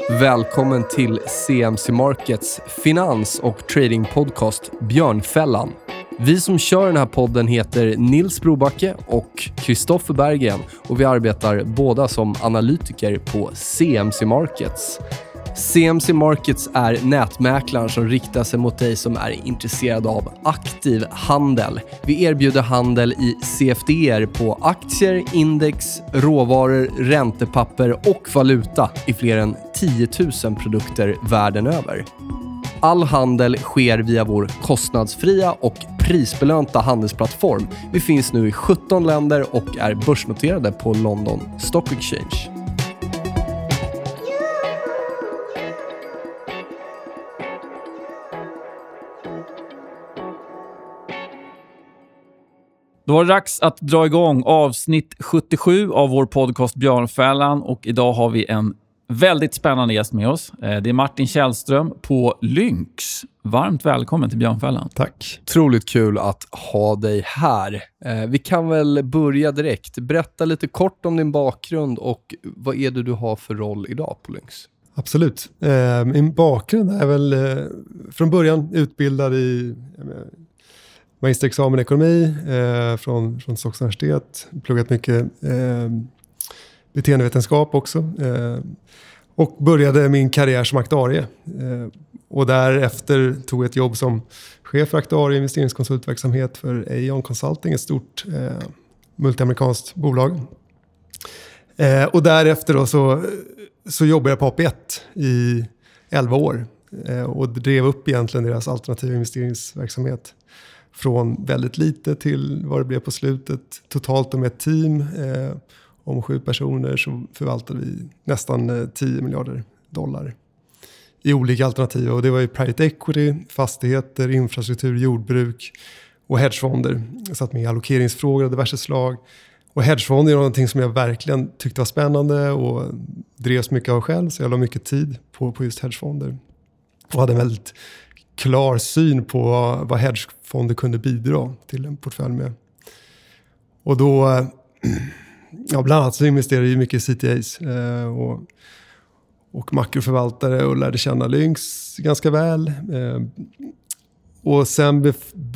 Välkommen till CMC Markets finans- och tradingpodcast Björnfällan. Vi som kör den här podden heter Nils Brobacke och Kristoffer Berggren och vi arbetar båda som analytiker på CMC Markets. CMC Markets är nätmäklaren som riktar sig mot dig som är intresserad av aktiv handel. Vi erbjuder handel i CFDR på aktier, index, råvaror, räntepapper och valuta i fler än 10 000 produkter världen över. All handel sker via vår kostnadsfria och prisbelönta handelsplattform. Vi finns nu i 17 länder och är börsnoterade på London Stock Exchange. Då var det dags att dra igång avsnitt 77 av vår podcast Björnfällan och idag har vi en väldigt spännande gäst med oss. Det är Martin Källström på Lynx. Varmt välkommen till Björnfällan. Tack. Otroligt kul att ha dig här. Vi kan väl börja direkt. Berätta lite kort om din bakgrund och vad är det du har för roll idag på Lynx? Absolut. Min bakgrund är väl från början utbildad i magisterexamen i ekonomi från Stockholms universitet. Pluggat mycket beteendevetenskap också. Och började min karriär som aktuarie. Och därefter tog ett jobb som chef för aktuarie- och investeringskonsultverksamhet för Aon Consulting, ett stort multiamerikanskt bolag. Och därefter då så jobbade jag på AP1 i 11 år. Och drev upp egentligen deras alternativa investeringsverksamhet. Från väldigt lite till vad det blev på slutet. Totalt med ett team om 7 personer så förvaltade vi nästan 10 miljarder dollar i olika alternativ. Och det var ju private equity, fastigheter, infrastruktur, jordbruk och hedgefonder. Jag satt med i allokeringsfrågor av diverse slag. Och hedgefonder är någonting som jag verkligen tyckte var spännande och drevs mycket av själv. Så jag la mycket tid på just hedgefonder. Och hade en väldigt klar syn på vad hedgefonder kunde bidra till en portfölj med. Och då, bland annat så investerade jag mycket i CTAs och makroförvaltare och lärde känna Lynx ganska väl. Och sen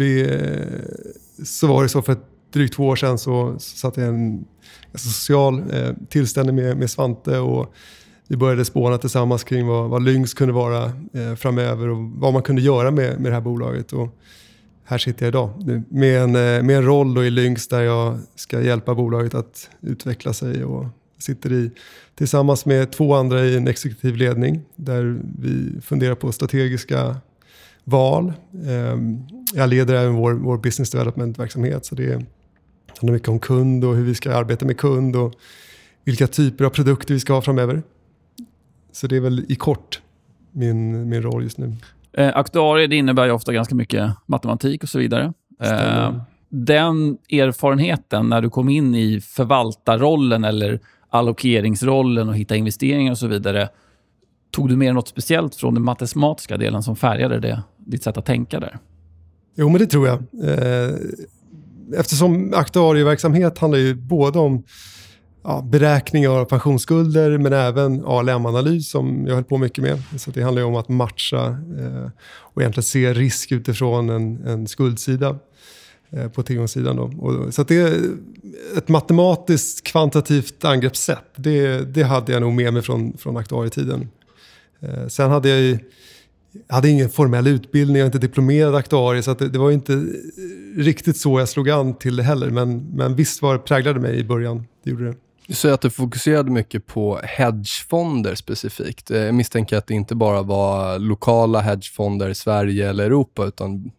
så var det så för drygt 2 år sedan så satt jag i en social tillställning med Svante och vi började spåna tillsammans kring vad Lynx kunde vara framöver och vad man kunde göra med det här bolaget. Och här sitter jag idag med en roll då i Lynx där jag ska hjälpa bolaget att utveckla sig och sitter tillsammans med 2 andra i en exekutiv ledning där vi funderar på strategiska val. Jag leder även vår business development-verksamhet så det handlar mycket om kund och hur vi ska arbeta med kund och vilka typer av produkter vi ska ha framöver. Så det är väl i kort min roll just nu. Aktuarie, det innebär ju ofta ganska mycket matematik och så vidare. Den erfarenheten när du kom in i förvaltarrollen eller allokeringsrollen och hitta investeringar och så vidare. Tog du med något speciellt från den matematiska delen som färgade ditt sätt att tänka där? Jo, men det tror jag. Eftersom aktuarieverksamhet handlar ju både om beräkningar av pensionsskulder men även ALM-analys som jag höll på mycket med. Så det handlar ju om att matcha och egentligen se risk utifrån en skuldsida på tillgångssidan. Då. Så att det är ett matematiskt kvantitativt angreppssätt. Det hade jag nog med mig från aktuarietiden. Sen hade jag hade ingen formell utbildning, jag är inte diplomerad aktuarie så att det var inte riktigt så jag slog an till det heller. Men visst präglade mig i början, det gjorde det. Du säger att du fokuserade mycket på hedgefonder specifikt. Jag misstänker att det inte bara var lokala hedgefonder i Sverige eller Europa utan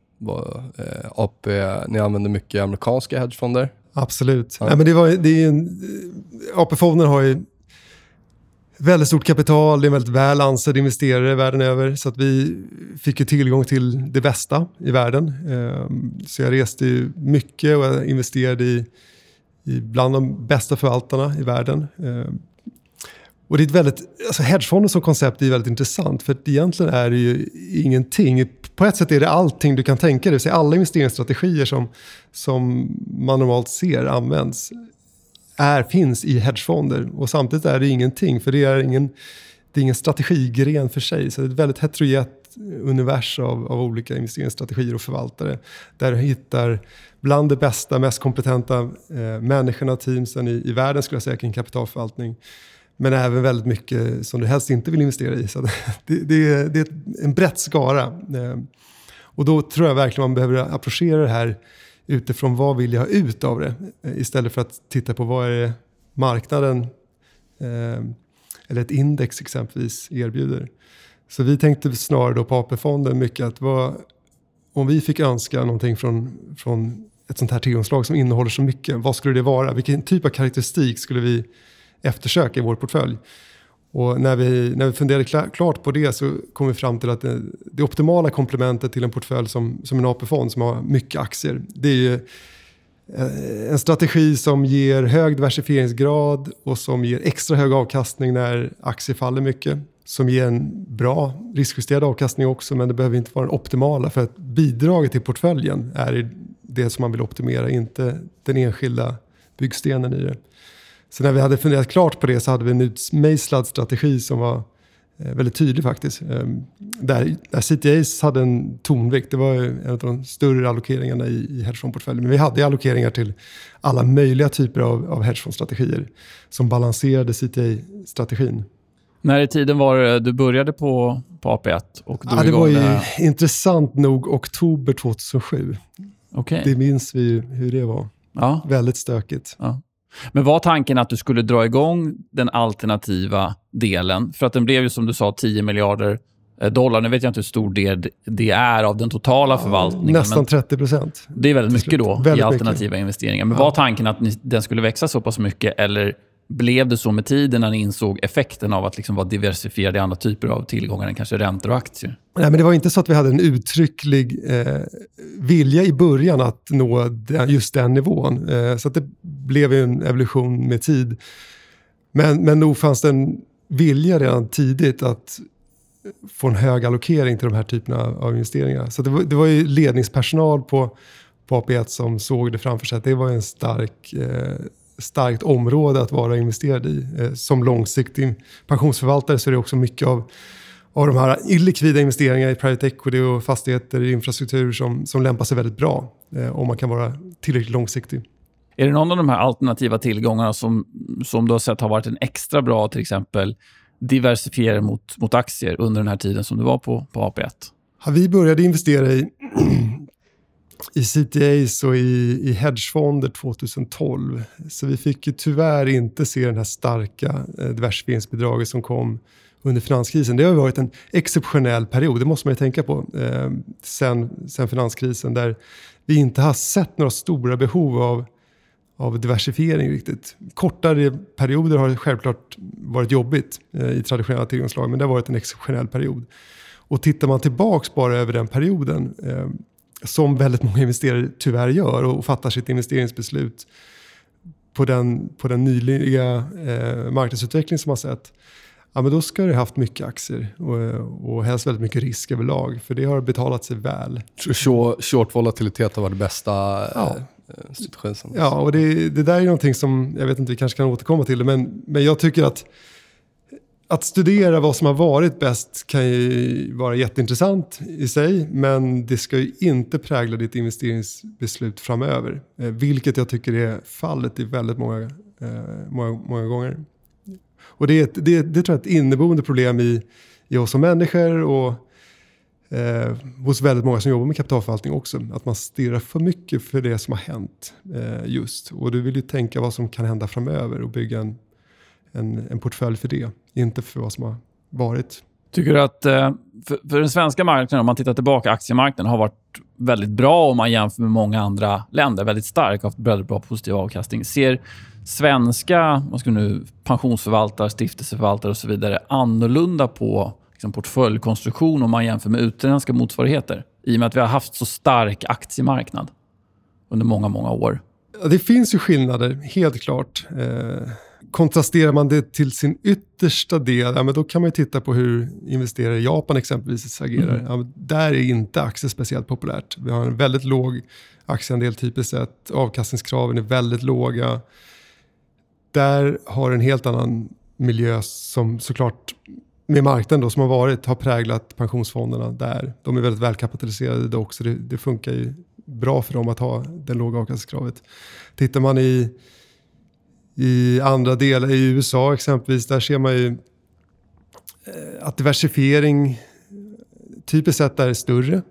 ni använder mycket amerikanska hedgefonder. Absolut. Ja. Nej, men AP-fonden har ju väldigt stort kapital, det är en väldigt väl ansedd investerare världen över så att vi fick ju tillgång till det bästa i världen. Så jag reste ju mycket och jag investerade i bland de bästa förvaltarna i världen. Och det är hedgefonder som koncept är väldigt intressant för egentligen är det ju ingenting. På ett sätt är det allting du kan tänka dig. Så alla investeringsstrategier som man normalt ser används finns i hedgefonder och samtidigt är det ingenting för det är det är ingen strategigren för sig. Så det är ett väldigt heterogent univers av olika investeringsstrategier och förvaltare. Där du hittar bland det bästa, mest kompetenta människorna och teamsen i världen skulle jag säga kring kapitalförvaltning. Men även väldigt mycket som du helst inte vill investera i. Så det är en brett skara. Och då tror jag verkligen man behöver approchera det här utifrån vad vill jag ha ut av det. Istället för att titta på vad är det marknaden eller ett index exempelvis erbjuder. Så vi tänkte snarare då på AP-fonden mycket att om vi fick önska någonting från ett sånt här tillgångslag som innehåller så mycket, vad skulle det vara? Vilken typ av karaktäristik skulle vi eftersöka i vår portfölj? Och när vi funderade klart på det så kom vi fram till att det optimala komplementet till en portfölj som en AP-fond som har mycket aktier, det är ju en strategi som ger hög diversifieringsgrad och som ger extra hög avkastning när aktier faller mycket. Som ger en bra riskjusterad avkastning också, men det behöver inte vara den optimala för att bidraget till portföljen är det som man vill optimera, inte den enskilda byggstenen i det. Så när vi hade funderat klart på det så hade vi en utmejslad strategi som var väldigt tydlig faktiskt. Där CTAs hade en tonvikt, det var en av de större allokeringarna i hedgefondportföljen. Men vi hade allokeringar till alla möjliga typer av hedgefondstrategier som balanserade CTA-strategin. När i tiden var det du började på AP1? Och det var ju intressant nog oktober 2007. Okay. Det minns vi hur det var. Ja. Väldigt stökigt. Ja. Men var tanken att du skulle dra igång den alternativa delen? För att den blev ju som du sa 10 miljarder dollar. Nu vet jag inte hur stor del det är av den totala förvaltningen. Nästan 30%. Det är väldigt mycket då i alternativa mycket. Investeringar. Men var tanken att den skulle växa så pass mycket eller blev det så med tiden när ni insåg effekten av att liksom vara diversifierade i andra typer av tillgångar än kanske räntor och aktier? Nej, men det var inte så att vi hade en uttrycklig vilja i början att nå just den nivån. Så att det blev en evolution med tid. Men nog fanns det en vilja redan tidigt att få en hög allokering till de här typerna av investeringar. Så det var ju ledningspersonal på AP1 som såg det framför sig att det var en starkt område att vara investerad i. Som långsiktig pensionsförvaltare så är det också mycket av de här illikvida investeringar i private equity och fastigheter, infrastruktur som lämpar sig väldigt bra om man kan vara tillräckligt långsiktig. Är det någon av de här alternativa tillgångarna som du har sett har varit en extra bra, till exempel diversifiera mot aktier under den här tiden som du var på AP1? Vi började investera i CTAs och i hedgefonder 2012. Så vi fick ju tyvärr inte se den här starka diversifieringsbidraget som kom under finanskrisen. Det har varit en exceptionell period, det måste man ju tänka på, sen finanskrisen där vi inte har sett några stora behov av diversifiering riktigt. Kortare perioder har självklart varit jobbigt i traditionella tillgångslag, men det har varit en exceptionell period. Och tittar man tillbaks bara över den perioden som väldigt många investerare tyvärr gör och fattar sitt investeringsbeslut på den nyliga marknadsutveckling som har sett, ja, men då ska det ha haft mycket aktier och helst väldigt mycket risk överlag, för det har betalat sig väl. Short volatilitet har varit det bästa situationen. Ja, och det där är någonting som, jag vet inte, vi kanske kan återkomma till det, men jag tycker att studera vad som har varit bäst kan ju vara jätteintressant i sig, men det ska ju inte prägla ditt investeringsbeslut framöver. Vilket jag tycker är fallet i väldigt många gånger. Och det tror jag är ett inneboende problem i oss som människor och hos väldigt många som jobbar med kapitalförvaltning också. Att man stirrar för mycket för det som har hänt just. Och du vill ju tänka vad som kan hända framöver och bygga en portfölj för det. Inte för vad som har varit. Tycker du att för den svenska marknaden, om man tittar tillbaka, aktiemarknaden har varit väldigt bra om man jämför med många andra länder. Väldigt stark, haft väldigt bra positiv avkastning. Ser svenska pensionsförvaltare, stiftelseförvaltare och så vidare annorlunda på liksom portföljkonstruktion om man jämför med utländska motsvarigheter? I och med att vi har haft så stark aktiemarknad under många, många år. Ja, det finns ju skillnader, helt klart. Kontrasterar man det till sin yttersta del, ja, men då kan man ju titta på hur investerare i Japan exempelvis agerar. Ja, där är inte aktier speciellt populärt. Vi har en väldigt låg aktieandel typiskt sett. Avkastningskraven är väldigt låga. Där har en helt annan miljö som såklart med marknaden då, som har präglat pensionsfonderna där. De är väldigt välkapitaliserade då också. Det funkar ju bra för dem att ha det låga avkastningskravet. Tittar man i andra delar, i USA exempelvis, där ser man ju att diversifiering typiskt sett är större.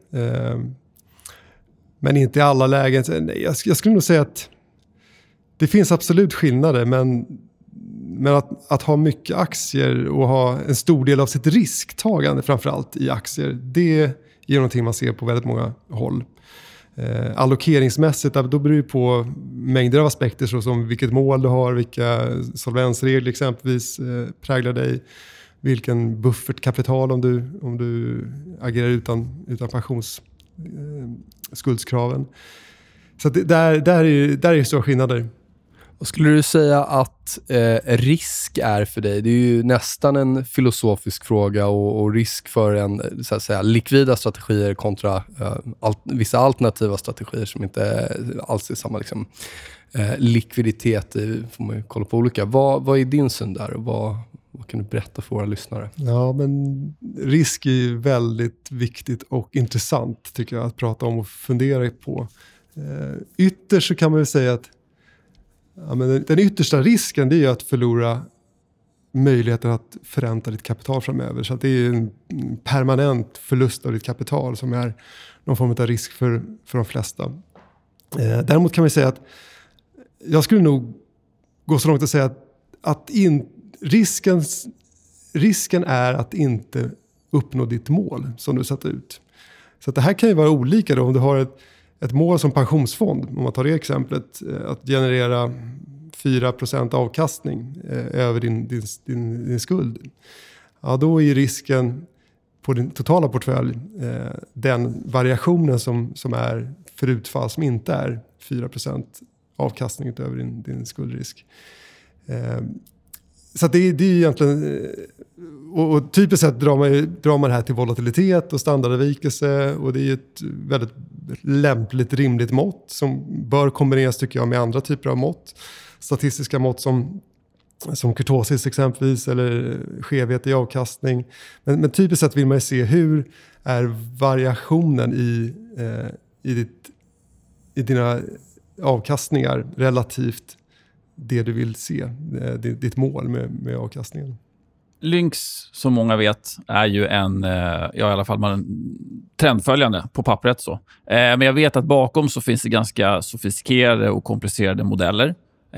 Men inte i alla lägen. Jag skulle nog säga att det finns absolut skillnader, men att ha mycket aktier och ha en stor del av sitt risktagande framförallt i aktier, det är någonting man ser på väldigt många håll. Allokeringsmässigt, då beror det på mängder av aspekter såsom vilket mål du har, vilka solvensregler exempelvis präglar dig, vilken buffertkapital om du agerar utan pensionsskuldskraven. Så där är stora skillnader. Vad skulle du säga att risk är för dig? Det är ju nästan en filosofisk fråga och risk för en så att säga likvida strategier kontra vissa alternativa strategier som inte alls är samma liksom, likviditet. Får man ju kolla på olika. Vad är din syn där och vad kan du berätta för våra lyssnare? Ja, men risk är väldigt viktigt och intressant tycker jag att prata om och fundera på. Ytterst så kan man ju säga att men den yttersta risken, det är att förlora möjligheten att förränta ditt kapital framöver. Så att det är en permanent förlust av ditt kapital som är någon form av risk för de flesta. Däremot kan man säga att jag skulle nog gå så långt att säga att risken är att inte uppnå ditt mål som du satt ut. Så att det här kan ju vara olika då, om du har ett mål som pensionsfond, om man tar det exemplet, att generera 4% avkastning över din skuld. Ja, då är risken på din totala portfölj den variationen som är för utfall som inte är 4% avkastning utöver din skuldrisk. Så att det är egentligen, och typiskt sett drar man det här till volatilitet och standardavvikelse, och det är ett väldigt lämpligt, rimligt mått som bör kombineras tycker jag med andra typer av mått. Statistiska mått som kurtosis exempelvis, eller skevhet i avkastning. Men typiskt sett vill man ju se hur är variationen i dina avkastningar relativt det du vill se, ditt mål med avkastningen. Lynx, som många vet, är ju i alla fall en trendföljande på pappret så. Men jag vet att bakom så finns det ganska sofistikerade och komplicerade modeller.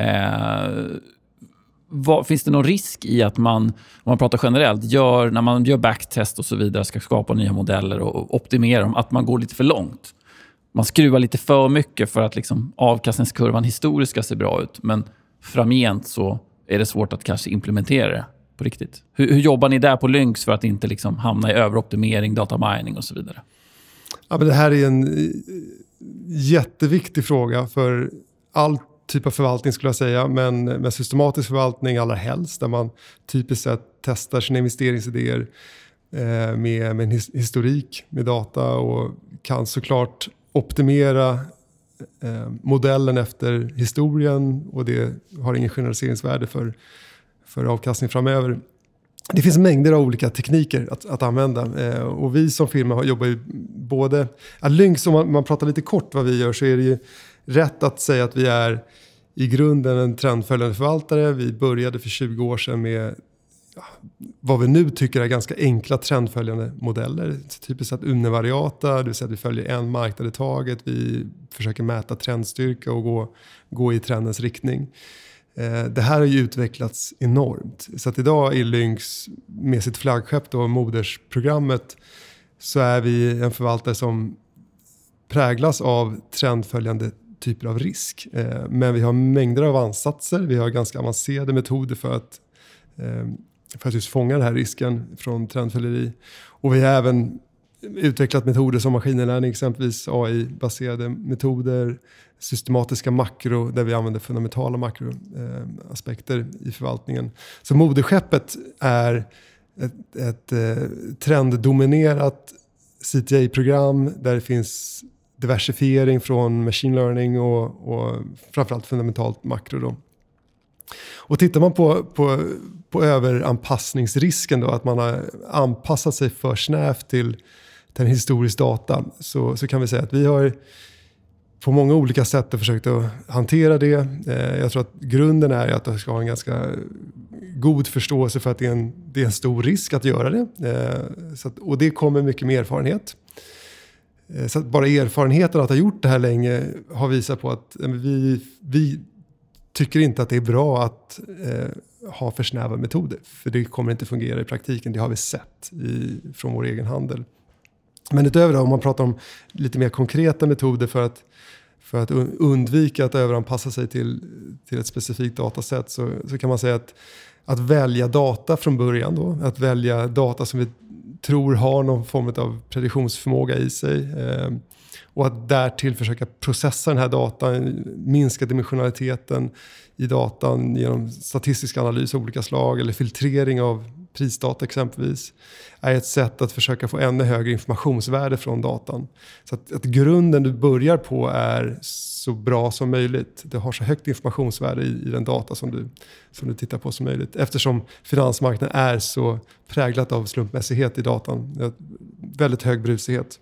Finns det någon risk i att man, om man pratar generellt, när man gör backtest och så vidare, ska skapa nya modeller och optimera dem, att man går lite för långt? Man skruvar lite för mycket för att liksom avkastningskurvan historiskt ska se bra ut, men framgent så är det svårt att kanske implementera det på riktigt. Hur jobbar ni där på Lynx för att inte liksom hamna i överoptimering, data mining och så vidare? Ja, men det här är en jätteviktig fråga för all typ av förvaltning skulle jag säga, men med systematisk förvaltning allra helst, där man typiskt sett testar sina investeringsidéer med en historik med data och kan såklart optimera modellen efter historien, och det har ingen generaliseringsvärde för avkastning framöver. Det finns mängder av olika tekniker att använda, och vi som firma jobbar ju både Lynx, om man pratar lite kort vad vi gör, så är det ju rätt att säga att vi är i grunden en trendföljande förvaltare. Vi började för 20 år sedan med vad vi nu tycker är ganska enkla trendföljande modeller. Typiskt sett univariata, det vill säga att vi följer en marknad i taget. Vi försöker mäta trendstyrka och gå i trendens riktning. Det här har ju utvecklats enormt. Så att idag i Lynx med sitt flaggskepp då, modersprogrammet, så är vi en förvaltare som präglas av trendföljande typer av risk. Men vi har mängder av ansatser. Vi har ganska avancerade metoder för att just fånga den här risken från trendfölleri. Och vi har även utvecklat metoder som maskininlärning, exempelvis AI-baserade metoder, systematiska makro där vi använder fundamentala makroaspekter i förvaltningen. Så moderskeppet är ett trenddominerat CTA-program där det finns diversifiering från machine learning och framförallt fundamentalt makro då. Och tittar man på överanpassningsrisken då, att man har anpassat sig för snävt till en historisk data, så kan vi säga att vi har på många olika sätt försökt att hantera det. Jag tror att grunden är att du ska ha en ganska god förståelse för att det är en stor risk att göra det. Och det kommer mycket med erfarenhet. Så att bara erfarenheten att ha gjort det här länge har visat på att vi tycker inte att det är bra att ha för snäva metoder. För det kommer inte fungera i praktiken. Det har vi sett från vår egen handel. Men utöver det, om man pratar om lite mer konkreta metoder för att undvika att överanpassa sig till ett specifikt datasätt, så kan man säga att välja data från början då, att välja data som vi tror har någon form av prediktionsförmåga i sig, och att därtill försöka processa den här datan, minska dimensionaliteten i datan genom statistisk analys av olika slag eller filtrering av prisdata exempelvis, är ett sätt att försöka få ännu högre informationsvärde från datan. Så att grunden du börjar på är så bra som möjligt. Det har så högt informationsvärde i den data som du tittar på som möjligt. Eftersom finansmarknaden är så präglat av slumpmässighet i datan. Väldigt hög brusighet.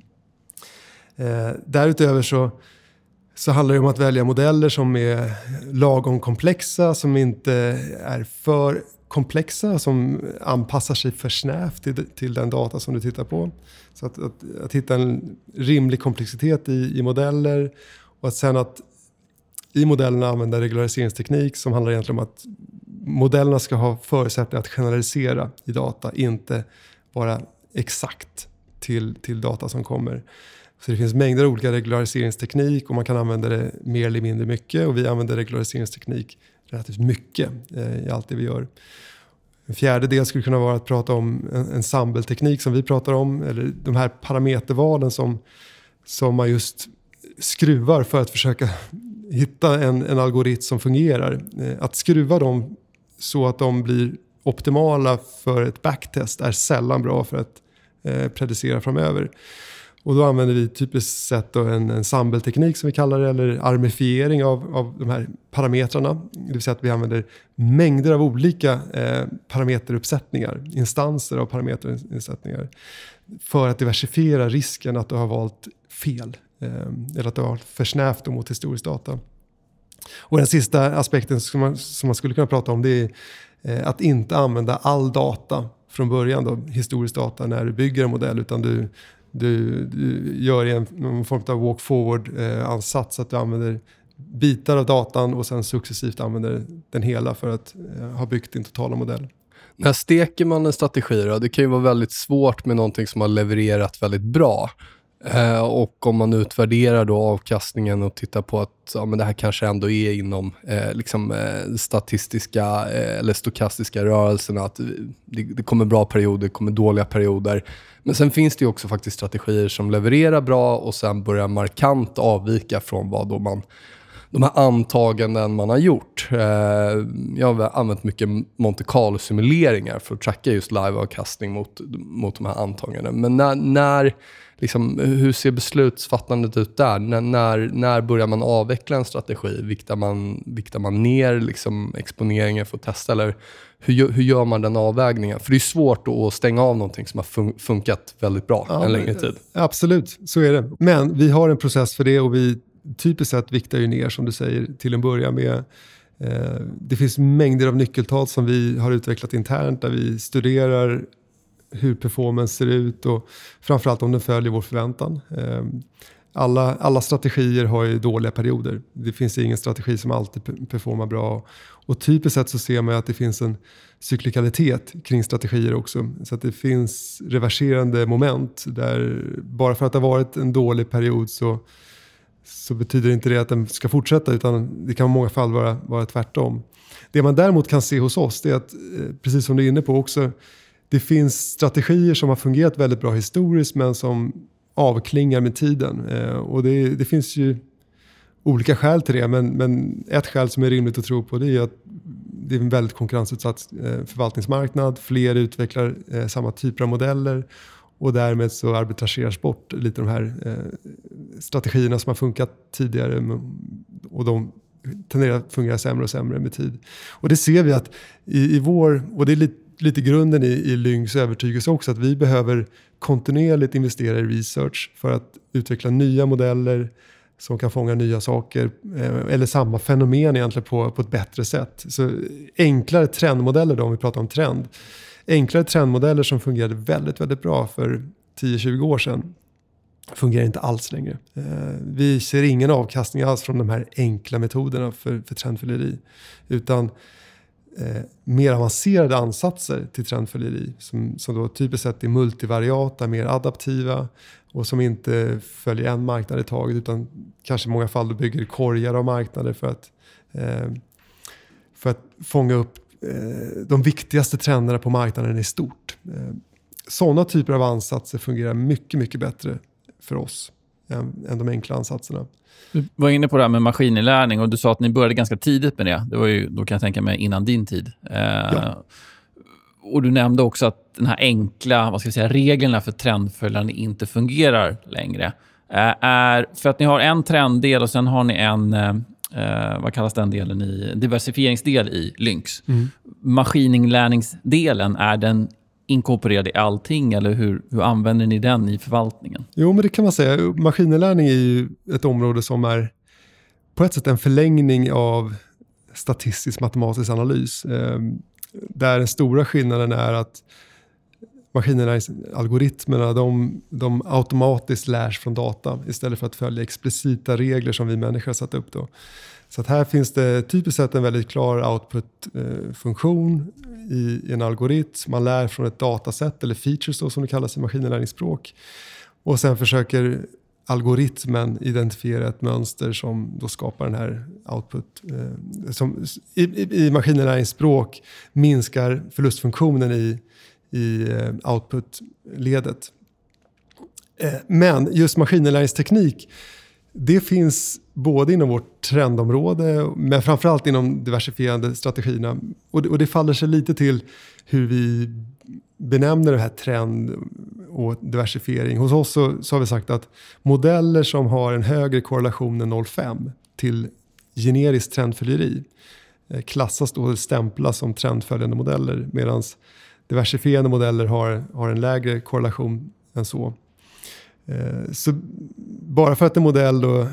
Därutöver så handlar det om att välja modeller som är lagom komplexa, som inte är för komplexa, som anpassar sig för snävt till den data som du tittar på. Så att hitta en rimlig komplexitet i modeller, och att sen att i modellerna använda regulariseringsteknik som handlar egentligen om att modellerna ska ha förutsättningar att generalisera i data, inte bara exakt till data som kommer. Så det finns mängder av olika regulariseringsteknik och man kan använda det mer eller mindre mycket, och vi använder regulariseringsteknik relativt mycket i allt det vi gör. En fjärde del skulle kunna vara att prata om en sambelteknik som vi pratar om, eller de här parametervalen som man just skruvar för att försöka hitta en algoritm som fungerar. Att skruva dem så att de blir optimala för ett backtest är sällan bra för att predicera framöver. Och då använder vi typiskt sett då en sambelteknik som vi kallar det, eller armifiering av de här parametrarna. Det vill säga att vi använder mängder av olika parameteruppsättningar, instanser av parameteruppsättningar, för att diversifiera risken att du har valt fel eller att du har för snävt mot historisk data. Och den sista aspekten som man skulle kunna prata om, det är att inte använda all data från början, då, historisk data, när du bygger en modell, utan du gör någon form av walk-forward-ansats, att du använder bitar av datan och sen successivt använder den hela för att ha byggt din totala modell. När steker man en strategi då? Det kan ju vara väldigt svårt med någonting som har levererat väldigt bra. Och om man utvärderar då avkastningen och tittar på att men det här kanske ändå är inom statistiska eller stokastiska rörelserna, att det kommer bra perioder, det kommer dåliga perioder. Men sen finns det ju också faktiskt strategier som levererar bra och sen börjar markant avvika från vad då de här antaganden man har gjort. Jag har använt mycket Monte Carlo-simuleringar för att tracka just live-avkastning mot de här antaganden. Men när hur ser beslutsfattandet ut där? När börjar man avveckla en strategi? Viktar man ner exponeringen för att testa? Eller hur gör man den avvägningen? För det är svårt att stänga av någonting som har funkat väldigt bra en längre tid. Absolut, så är det. Men vi har en process för det, och vi typiskt sett viktar ju ner, som du säger, till en början med. Det finns mängder av nyckeltal som vi har utvecklat internt, där vi studerar hur performance ser ut och framförallt om den följer vår förväntan. Alla strategier har ju dåliga perioder. Det finns ingen strategi som alltid performar bra. Och typiskt sett så ser man att det finns en cyklikalitet kring strategier också. Så att det finns reverserande moment där bara för att det har varit en dålig period så betyder inte det att den ska fortsätta, utan det kan i många fall vara tvärtom. Det man däremot kan se hos oss, det är att, precis som du är inne på också, det finns strategier som har fungerat väldigt bra historiskt men som avklingar med tiden. Och det finns ju olika skäl till det, men ett skäl som är rimligt att tro på, det är att det är en väldigt konkurrensutsatt förvaltningsmarknad. Fler utvecklar samma typer av modeller, och därmed så arbitrageras bort lite de här strategierna som har funkat tidigare, och de tenderar att fungera sämre och sämre med tid. Och det ser vi att i vår, och det är lite grunden i Lynx övertygelse också, att vi behöver kontinuerligt investera i research för att utveckla nya modeller som kan fånga nya saker eller samma fenomen egentligen på ett bättre sätt. Så enklare trendmodeller då, om vi pratar om trend. Enklare trendmodeller som fungerade väldigt, väldigt bra för 10-20 år sedan fungerar inte alls längre. Vi ser ingen avkastning alls från de här enkla metoderna för trendföljderi, utan mer avancerade ansatser till trendföljderi som då typiskt sett är multivariata, mer adaptiva och som inte följer en marknad i taget, utan kanske i många fall då bygger korgar av marknader för att fånga upp de viktigaste trenderna på marknaden i stort. Sådana typer av ansatser fungerar mycket, mycket bättre för oss än de enkla ansatserna. Du var inne på det här med maskininlärning och du sa att ni började ganska tidigt med det. Det var ju, då kan jag tänka mig, innan din tid. Ja. Och du nämnde också att den här enkla, reglerna för trendföljande inte fungerar längre. För att ni har en trenddel och sen har ni en, vad kallas den delen diversifieringsdel i Lynx. Maskininlärningsdelen, är den inkorporerad i allting eller hur använder ni den i förvaltningen? Jo, men det kan man säga. Maskininlärning är ju ett område som är på ett sätt en förlängning av statistisk matematisk analys. Där den stora skillnaden är att maskininlärningsalgoritmerna de automatiskt lärs från data istället för att följa explicita regler som vi människor har satt upp då. Så att här finns det typiskt sett en väldigt klar output-funktion i en algoritm. Man lär från ett dataset eller features då, som det kallas i maskininlärningsspråk. Och sen försöker algoritmen identifiera ett mönster som då skapar den här output. Som i maskininlärningsspråk minskar förlustfunktionen i output-ledet. Men just maskininlärningsteknik, det finns både inom vårt trendområde men framförallt inom diversifierande strategierna. Och det faller sig lite till hur vi benämner det här trend och diversifiering. Hos oss så har vi sagt att modeller som har en högre korrelation än 0,5 till generiskt trendföljderi klassas då stämplas som trendföljande modeller, medan diversifierande modeller har en lägre korrelation än så. Så bara för att en modell då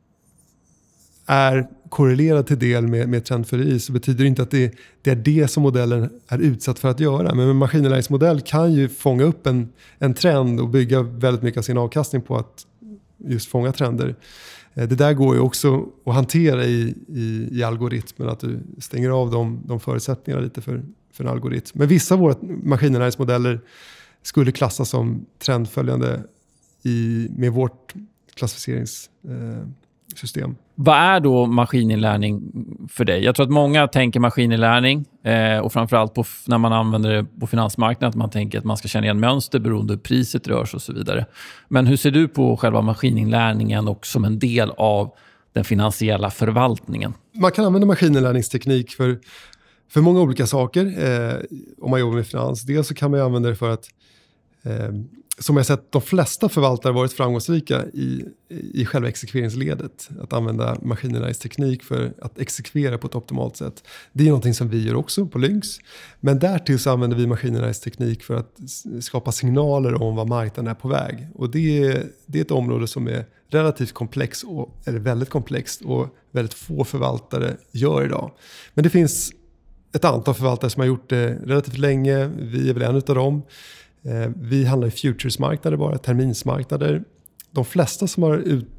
är korrelerad till del med trendföljderi så betyder det inte att det är det som modellen är utsatt för att göra. Men en maskininlärningsmodell kan ju fånga upp en trend och bygga väldigt mycket av sin avkastning på att just fånga trender. Det där går ju också att hantera i algoritmen, att du stänger av de förutsättningarna lite för en algoritm. Men vissa av våra maskininlärningsmodeller skulle klassas som trendföljande med vårt klassificeringssystem. Vad är då maskininlärning för dig? Jag tror att många tänker maskininlärning och framförallt när man använder det på finansmarknaden, att man tänker att man ska känna igen mönster beroende hur priset rör sig och så vidare. Men hur ser du på själva maskininlärningen och som en del av den finansiella förvaltningen? Man kan använda maskininlärningsteknik för många olika saker om man jobbar med finans. Dels så kan man använda det för att som jag sett de flesta förvaltare varit framgångsrika i själva exekveringsledet. Att använda maskininlärningsteknik för att exekvera på ett optimalt sätt. Det är någonting som vi gör också på Lynx. Men därtill så använder vi maskininlärningsteknik för att skapa signaler om vad marknaden är på väg. Och det är ett område som är relativt komplext eller väldigt komplext och väldigt få förvaltare gör idag. Men det finns ett antal förvaltare som har gjort det relativt länge. Vi är väl en av dem. Vi handlar i futuresmarknader bara, terminsmarknader. De flesta som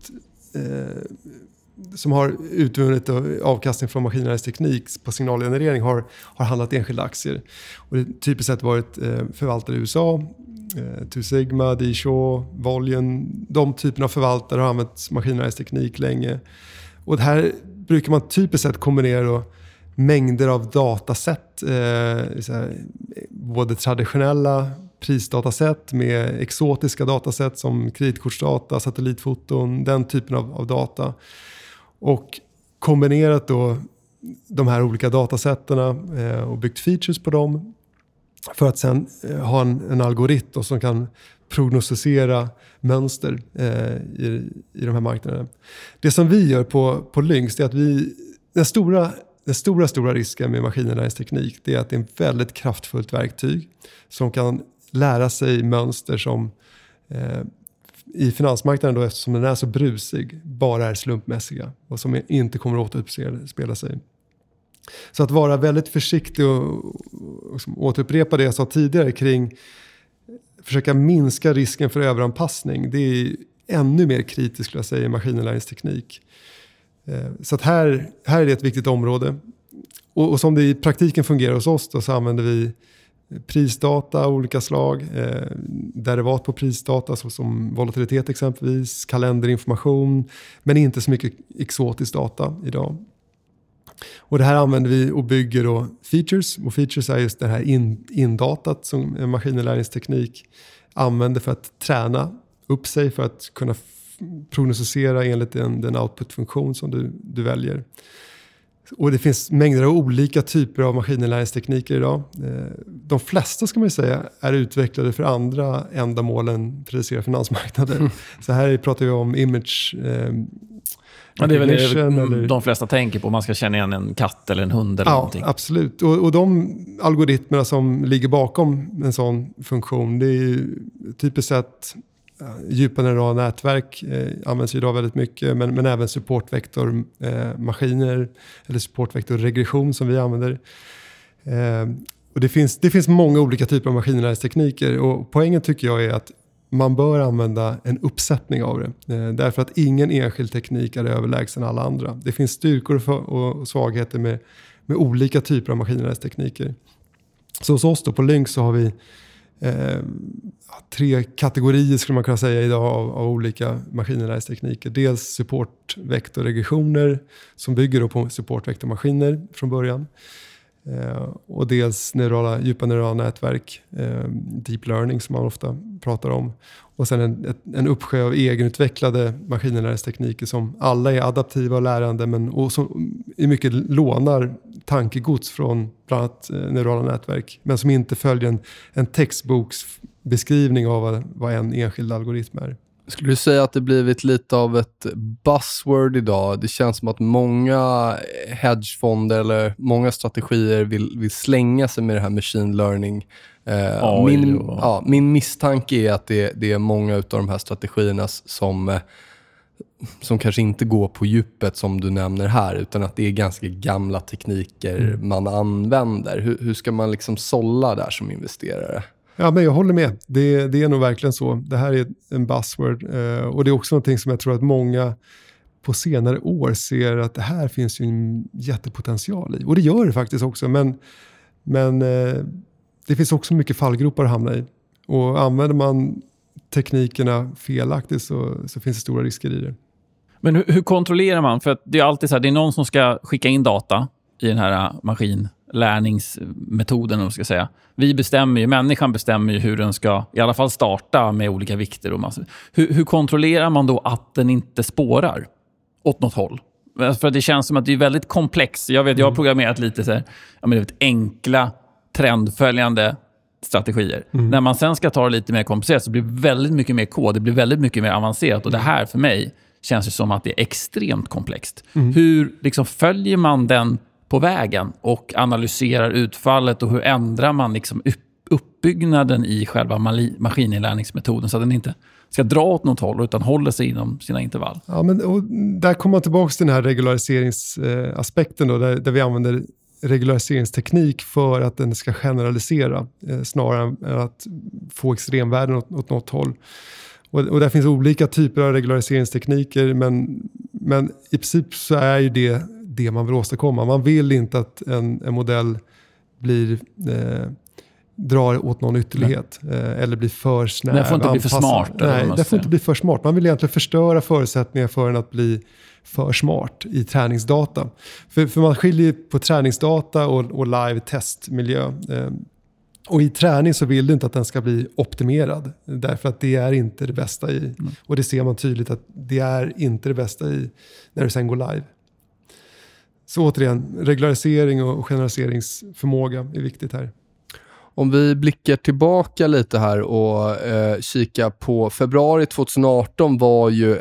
har utvunnit avkastning från maskininlärningsteknik på signalgenerering har handlat enskilda aktier. Och det typiskt sett varit förvaltare i USA, Two Sigma, D-Shaw, Volgen. De typerna av förvaltare har använt maskininlärningsteknik länge. Och det här brukar man typiskt sett kombinera då mängder av datasätt, både traditionella prisdatasätt med exotiska datasätt som kreditkortsdata, satellitfoton, den typen av data. Och kombinerat då de här olika datasätterna och byggt features på dem för att sen ha en algoritm som kan prognostisera mönster i de här marknaderna. Det som vi gör på Lynx är att Den stora risken med maskininlärningsteknik, det är att det är ett väldigt kraftfullt verktyg som kan lära sig mönster som i finansmarknaden då, eftersom den är så brusig, bara är slumpmässiga och som inte kommer att återspela sig. Så att vara väldigt försiktig och återupprepa det jag sa tidigare kring försöka minska risken för överanpassning, det är ännu mer kritiskt skulle jag säga i maskininlärningsteknik. Så att här är det ett viktigt område. Och som det i praktiken fungerar hos oss då, så använder vi prisdata av olika slag, derivat på prisdata såsom volatilitet exempelvis, kalenderinformation, men inte så mycket exotisk data idag. Och det här använder vi och bygger då features, och features är just det här indatat som en maskininlärningsteknik använder för att träna upp sig för att kunna prognostisera enligt den output-funktion som du väljer. Och det finns mängder av olika typer av maskininlärningstekniker idag. De flesta ska man ju säga är utvecklade för andra ändamål än predicera finansmarknader. Så här pratar vi om image det är väl de flesta tänker på. Man ska känna igen en katt eller en hund eller någonting. Ja, absolut. Och de algoritmerna som ligger bakom en sån funktion, det är ju typiskt sett djupa neurala nätverk används idag väldigt mycket, men även supportvektormaskiner eller supportvektorregression som vi använder. Och det finns många olika typer av maskininlärningstekniker, och poängen tycker jag är att man bör använda en uppsättning av det. Därför att ingen enskild teknik är överlägsen alla andra. Det finns styrkor och svagheter med olika typer av maskininlärningstekniker. Så hos oss då på Lynx så har vi 3 kategorier skulle man kunna säga idag av olika maskininlärningstekniker. Dels supportvektorregressioner som bygger då på supportvektormaskiner från början. Och dels djupa neurala nätverk, deep learning som man ofta pratar om. Och sen en uppsjö av egenutvecklade maskininlärningstekniker som alla är adaptiva och lärande, och som i mycket lånar tankegods från bland annat neurala nätverk, men som inte följer en textboksbeskrivning av vad en enskild algoritm är. Skulle du säga att det blivit lite av ett buzzword idag? Det känns som att många hedgefonder eller många strategier vill slänga sig med det här machine learning. Min misstanke är att det är många av de här strategierna som kanske inte går på djupet som du nämner här, utan att det är ganska gamla tekniker man använder. Hur ska man liksom sålla där som investerare? Ja, men jag håller med. Det är nog verkligen så. Det här är en buzzword. Och det är också någonting som jag tror att många på senare år ser att det här finns ju en jättepotential i. Och det gör det faktiskt också. Men det finns också mycket fallgropar att hamna i. Och använder man teknikerna felaktigt så finns det stora risker i det. Men hur kontrollerar man? För att det är alltid så här, det är någon som ska skicka in data i den här maskinlärningsmetoden, om man ska säga. Människan bestämmer ju hur den ska i alla fall starta med olika vikter och massor. Hur kontrollerar man då att den inte spårar åt något håll? För det känns som att det är väldigt komplext. Jag har programmerat lite så här, enkla trendföljande strategier. När man sen ska ta det lite mer komplicerat så blir det väldigt mycket mer kod. Det blir väldigt mycket mer avancerat. Och det här för mig känns det som att det är extremt komplext. Hur liksom följer man den på vägen och analyserar utfallet, och hur ändrar man liksom uppbyggnaden i själva maskininlärningsmetoden så att den inte ska dra åt något håll utan håller sig inom sina intervall? Ja, och där kommer man tillbaka till den här regulariseringsaspekten då, där vi använder regulariseringsteknik för att den ska generalisera snarare än att få extremvärden åt något håll. Och där finns olika typer av regulariseringstekniker, men i princip så är ju det man vill åstadkomma. Man vill inte att en modell drar åt någon ytterlighet eller blir för snäv. Den får inte bli för smart. Nej, det får inte bli för smart. Man vill egentligen förstöra förutsättningar för den att bli för smart i träningsdata. För man skiljer på träningsdata och live testmiljö. Och i träning så vill du inte att den ska bli optimerad. Därför att det är inte det bästa i. Och det ser man tydligt att det är inte det bästa i när du sen går live. Så återigen, regularisering och generaliseringsförmåga är viktigt här. Om vi blickar tillbaka lite här och kikar på februari 2018 var ju ett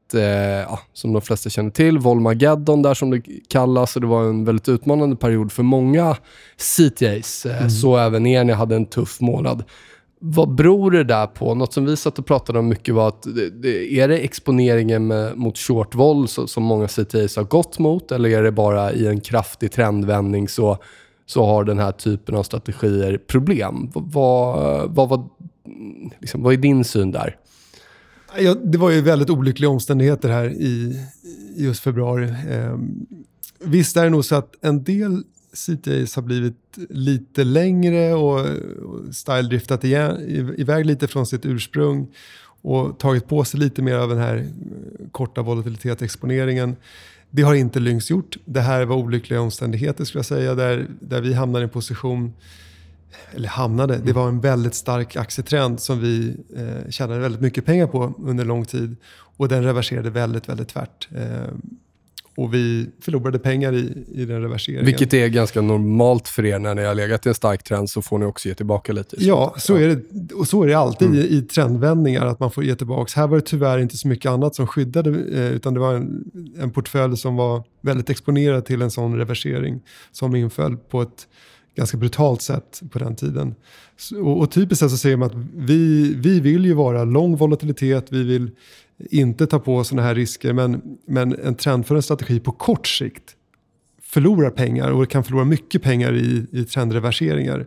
som de flesta känner till, Volmageddon där som det kallas, och det var en väldigt utmanande period för många CTAs. Så även ni hade en tuff månad. Vad beror det där på? Något som vi satt och pratade om mycket var att är det exponeringen mot shortvoll som många CTAs har gått mot, eller är det bara i en kraftig trendvändning så har den här typen av strategier problem? Vad är din syn där? Ja, det var ju väldigt olyckliga omständigheter här i just februari. Visst är det nog så att en del CTAs har blivit lite längre och styledriftat iväg lite från sitt ursprung och tagit på sig lite mer av den här korta volatilitetsexponeringen. Det har inte Lynx gjort. Det här var olyckliga omständigheter skulle jag säga, där vi hamnade i en position, eller hamnade, det var en väldigt stark aktietrend som vi tjänade väldigt mycket pengar på under lång tid, och den reverserade väldigt, väldigt tvärt. Och vi förlorade pengar i den reverseringen. Vilket är ganska normalt för er när ni har legat i en stark trend, så får ni också ge tillbaka lite. Ja, så är det. Och så är det alltid i trendvändningar, att man får ge tillbaka. Här var det tyvärr inte så mycket annat som skyddade, utan det var en portfölj som var väldigt exponerad till en sån reversering som inföll på ett ganska brutalt sätt på den tiden. Och typiskt sett så säger man att vi vill ju vara lång volatilitet, vi vill inte ta på sådana här risker, men en trendförande strategi på kort sikt förlorar pengar, och kan förlora mycket pengar i trendreverseringar.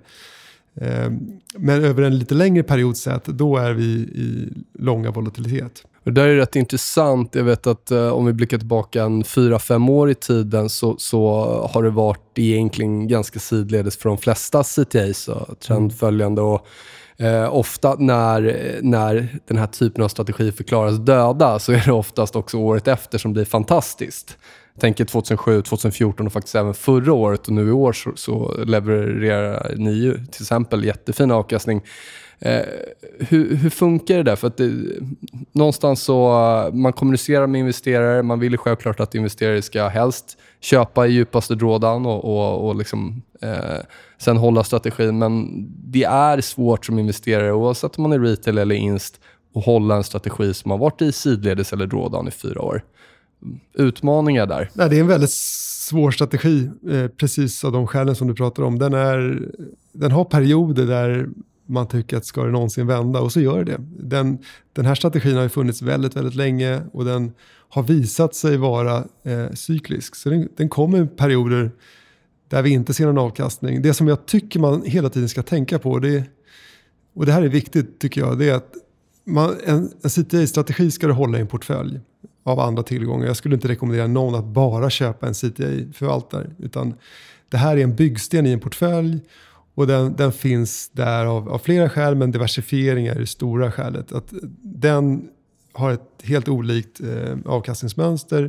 Men över en lite längre period sett, då är vi i långa volatilitet. Det där är rätt intressant. Jag vet att om vi blickar tillbaka 4-5 år i tiden så har det varit egentligen ganska sidledes för de flesta CTAs och trendföljande. Och ofta när den här typen av strategi förklaras döda, så är det oftast också året efter som blir fantastiskt. Jag tänker 2007, 2014 och faktiskt även förra året, och nu i år så levererar ni ju till exempel jättefin avkastning. Hur funkar det där? För att någonstans så man kommunicerar med investerare, man vill ju självklart att investerare ska helst köpa i djupaste drawdown och liksom, sen hålla strategin, men det är svårt som investerare, oavsett om man är retail eller inst, att hålla en strategi som har varit i sidledes eller drawdown i 4 år. Utmaningar där? Nej, det är en väldigt svår strategi, precis av de skälen som du pratar om. Den har perioder där man tycker att ska det någonsin vända, och så gör det. Den här strategin har ju funnits väldigt, väldigt länge, och den har visat sig vara cyklisk. Så den kommer i perioder där vi inte ser någon avkastning. Det som jag tycker man hela tiden ska tänka på, och det här är viktigt tycker jag, det är att en CTA-strategi ska du hålla i en portfölj av andra tillgångar. Jag skulle inte rekommendera någon att bara köpa en CTA-förvaltare, utan det här är en byggsten i en portfölj. Och den finns där av flera skäl, men diversifiering är det stora skälet. Att den har ett helt olikt avkastningsmönster.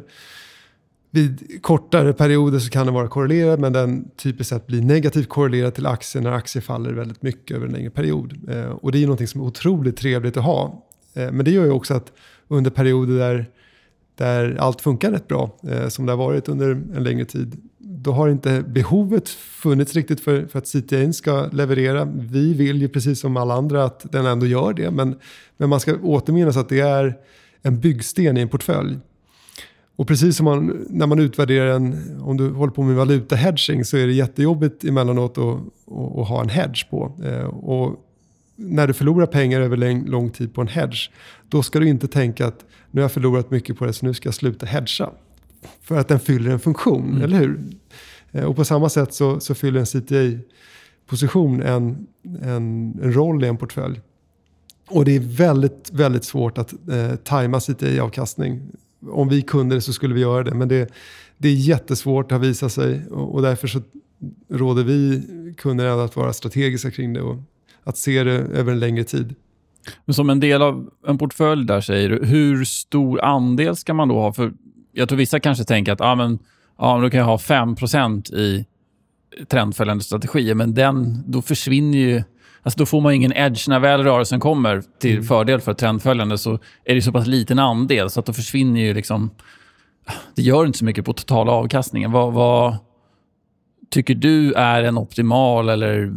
Vid kortare perioder så kan den vara korrelerad, men den typiskt sett blir negativt korrelerad till aktier när aktier faller väldigt mycket över en längre period. Och det är ju någonting som är otroligt trevligt att ha. Men det gör ju också att under perioder där allt funkar rätt bra, som det har varit under en längre tid, då har inte behovet funnits riktigt för att CTA ska leverera. Vi vill ju precis som alla andra att den ändå gör det, men man ska återminnas att det är en byggsten i en portfölj. Och precis som när man utvärderar om du håller på med valuta-hedging, så är det jättejobbigt emellanåt att ha en hedge på. Och när du förlorar pengar över lång tid på en hedge, då ska du inte tänka att nu har jag förlorat mycket på det, så nu ska jag sluta hedga. För att den fyller en funktion, eller hur? Och på samma sätt så fyller en CTA-position en roll i en portfölj. Och det är väldigt, väldigt svårt att tajma CTA-avkastning. Om vi kunde det så skulle vi göra det. Men det är jättesvårt, att visa sig. Och därför så råder vi kunder att vara strategiska kring det och att se det över en längre tid. Men som en del av en portfölj där, säger du, hur stor andel ska man då ha? För jag tror vissa kanske tänker att då kan jag ha 5% i trendföljande strategier, men då försvinner ju, alltså då får man ingen edge när väl rörelsen kommer till fördel för trendföljande, så är det så pass liten andel så att då försvinner ju liksom, det gör inte så mycket på totala avkastningen. Vad tycker du är en optimal eller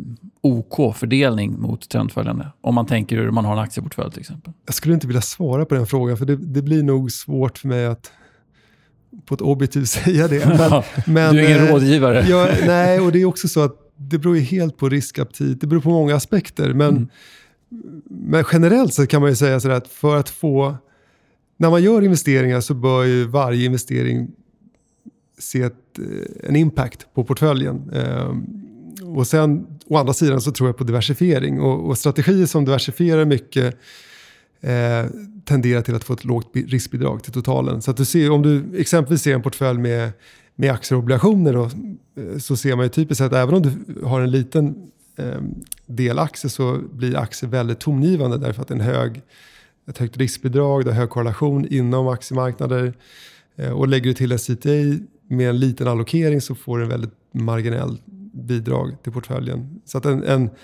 OK-fördelning mot trendföljande? Om man tänker hur man har en aktieportfölj till exempel. Jag skulle inte vilja svara på den frågan, för det blir nog svårt för mig att på ett objektivt säga det. Men, du är ingen rådgivare. Nej, och det är också så att det beror ju helt på riskaptit. Det beror på många aspekter. Men generellt så kan man ju säga så att för att när man gör investeringar så bör ju varje investering se en impact på portföljen. Och sen å andra sidan så tror jag på diversifiering. Och strategier som diversifierar mycket tenderar till att få ett lågt riskbidrag till totalen. Så att om du exempelvis ser en portfölj med aktier och obligationer då, så ser man ju typiskt att även om du har en liten del aktier så blir aktier väldigt tongivande därför att det är ett högt riskbidrag, det har hög korrelation inom aktiemarknader, och lägger du till en CTA med en liten allokering så får du en väldigt marginell bidrag till portföljen. Så att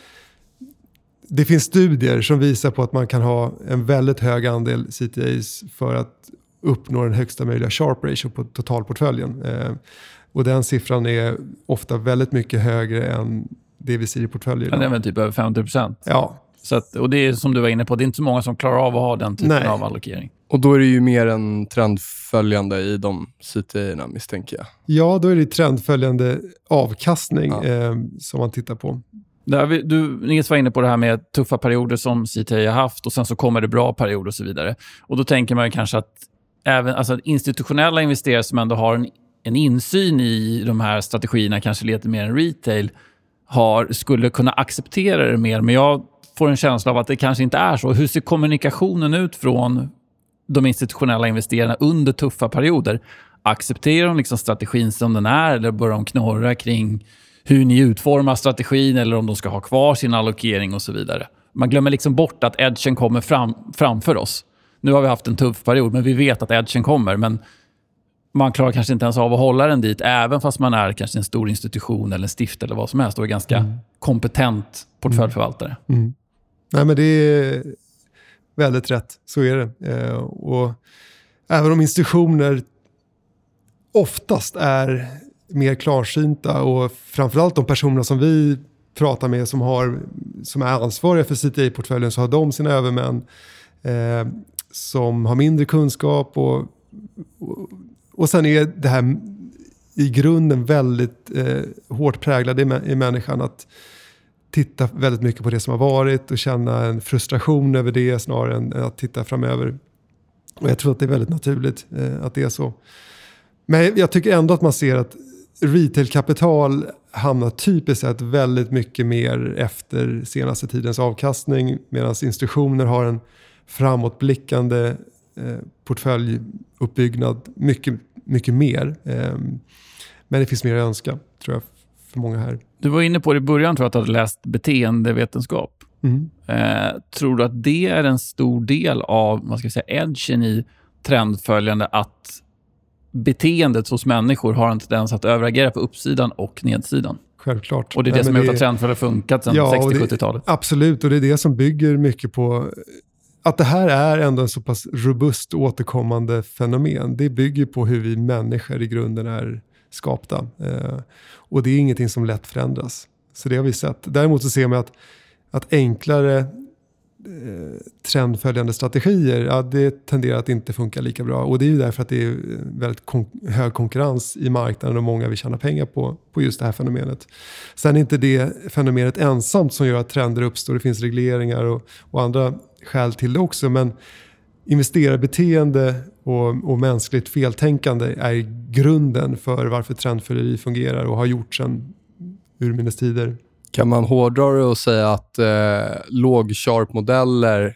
det finns studier som visar på att man kan ha en väldigt hög andel CTAs för att uppnå den högsta möjliga Sharpe ratio på totalportföljen. Och den siffran är ofta väldigt mycket högre än det vi ser i portföljer. Ja, det är väl typ över 50%. Ja. Så och det är som du var inne på, det är inte så många som klarar av att ha den typen av allokering. Och då är det ju mer en trendföljande i de CTA-erna, misstänker jag. Ja, då är det trendföljande avkastning som man tittar på. Nils var inne på det här med tuffa perioder som CTA har haft och sen så kommer det bra perioder och så vidare. Och då tänker man ju kanske att även institutionella investerare som ändå har en insyn i de här strategierna, kanske lite mer än retail, skulle kunna acceptera det mer. Men jag får en känsla av att det kanske inte är så. Hur ser kommunikationen ut från de institutionella investerarna under tuffa perioder? Accepterar de liksom strategin som den är, eller börjar de knorra kring hur ni utformar strategin, eller om de ska ha kvar sin allokering och så vidare? Man glömmer liksom bort att edgen kommer framför oss. Nu har vi haft en tuff period, men vi vet att edgen kommer, men man klarar kanske inte ens av att hålla den dit, även fast man är kanske en stor institution eller en stift eller vad som helst och är ganska kompetent portföljförvaltare. Nej, men det är väldigt rätt. Så är det. Och även om institutioner oftast är mer klarsynta, och framförallt de personerna som vi pratar med som är ansvariga för CTA-portföljen, så har de sina övermän som har mindre kunskap, och sen är det här i grunden väldigt hårt präglad i människan att titta väldigt mycket på det som har varit och känna en frustration över det snarare än att titta framöver. Och jag tror att det är väldigt naturligt att det är så. Men jag tycker ändå att man ser att retailkapital hamnar typiskt sett väldigt mycket mer efter senaste tidens avkastning, medan institutioner har en framåtblickande portföljuppbyggnad mycket, mycket mer. Men det finns mer att önska, tror jag, för många här. Du var inne på det i början, tror jag, att du hade läst beteendevetenskap. Tror du att det är en stor del av, edgen i trendföljande, att beteendet hos människor har en tendens att överagera på uppsidan och nedsidan? Självklart. Och det är det som har gjort att trendföljande funkat sedan 60-70-talet. Absolut, och det är det som bygger mycket på att det här är ändå en så pass robust återkommande fenomen. Det bygger på hur vi människor i grunden är skapta. Och det är ingenting som lätt förändras. Så det har vi sett. Däremot så ser man att enklare trendföljande strategier, det tenderar att inte funka lika bra. Och det är ju därför att det är väldigt hög konkurrens i marknaden och många vill tjäna pengar på just det här fenomenet. Sen är inte det fenomenet ensamt som gör att trender uppstår. Det finns regleringar och andra skäl till det också. Men investerarbeteende och mänskligt feltänkande är grunden för varför trendföljeri fungerar och har gjort sedan urminnes tider. Kan man hårdra det och säga att låg-sharp-modeller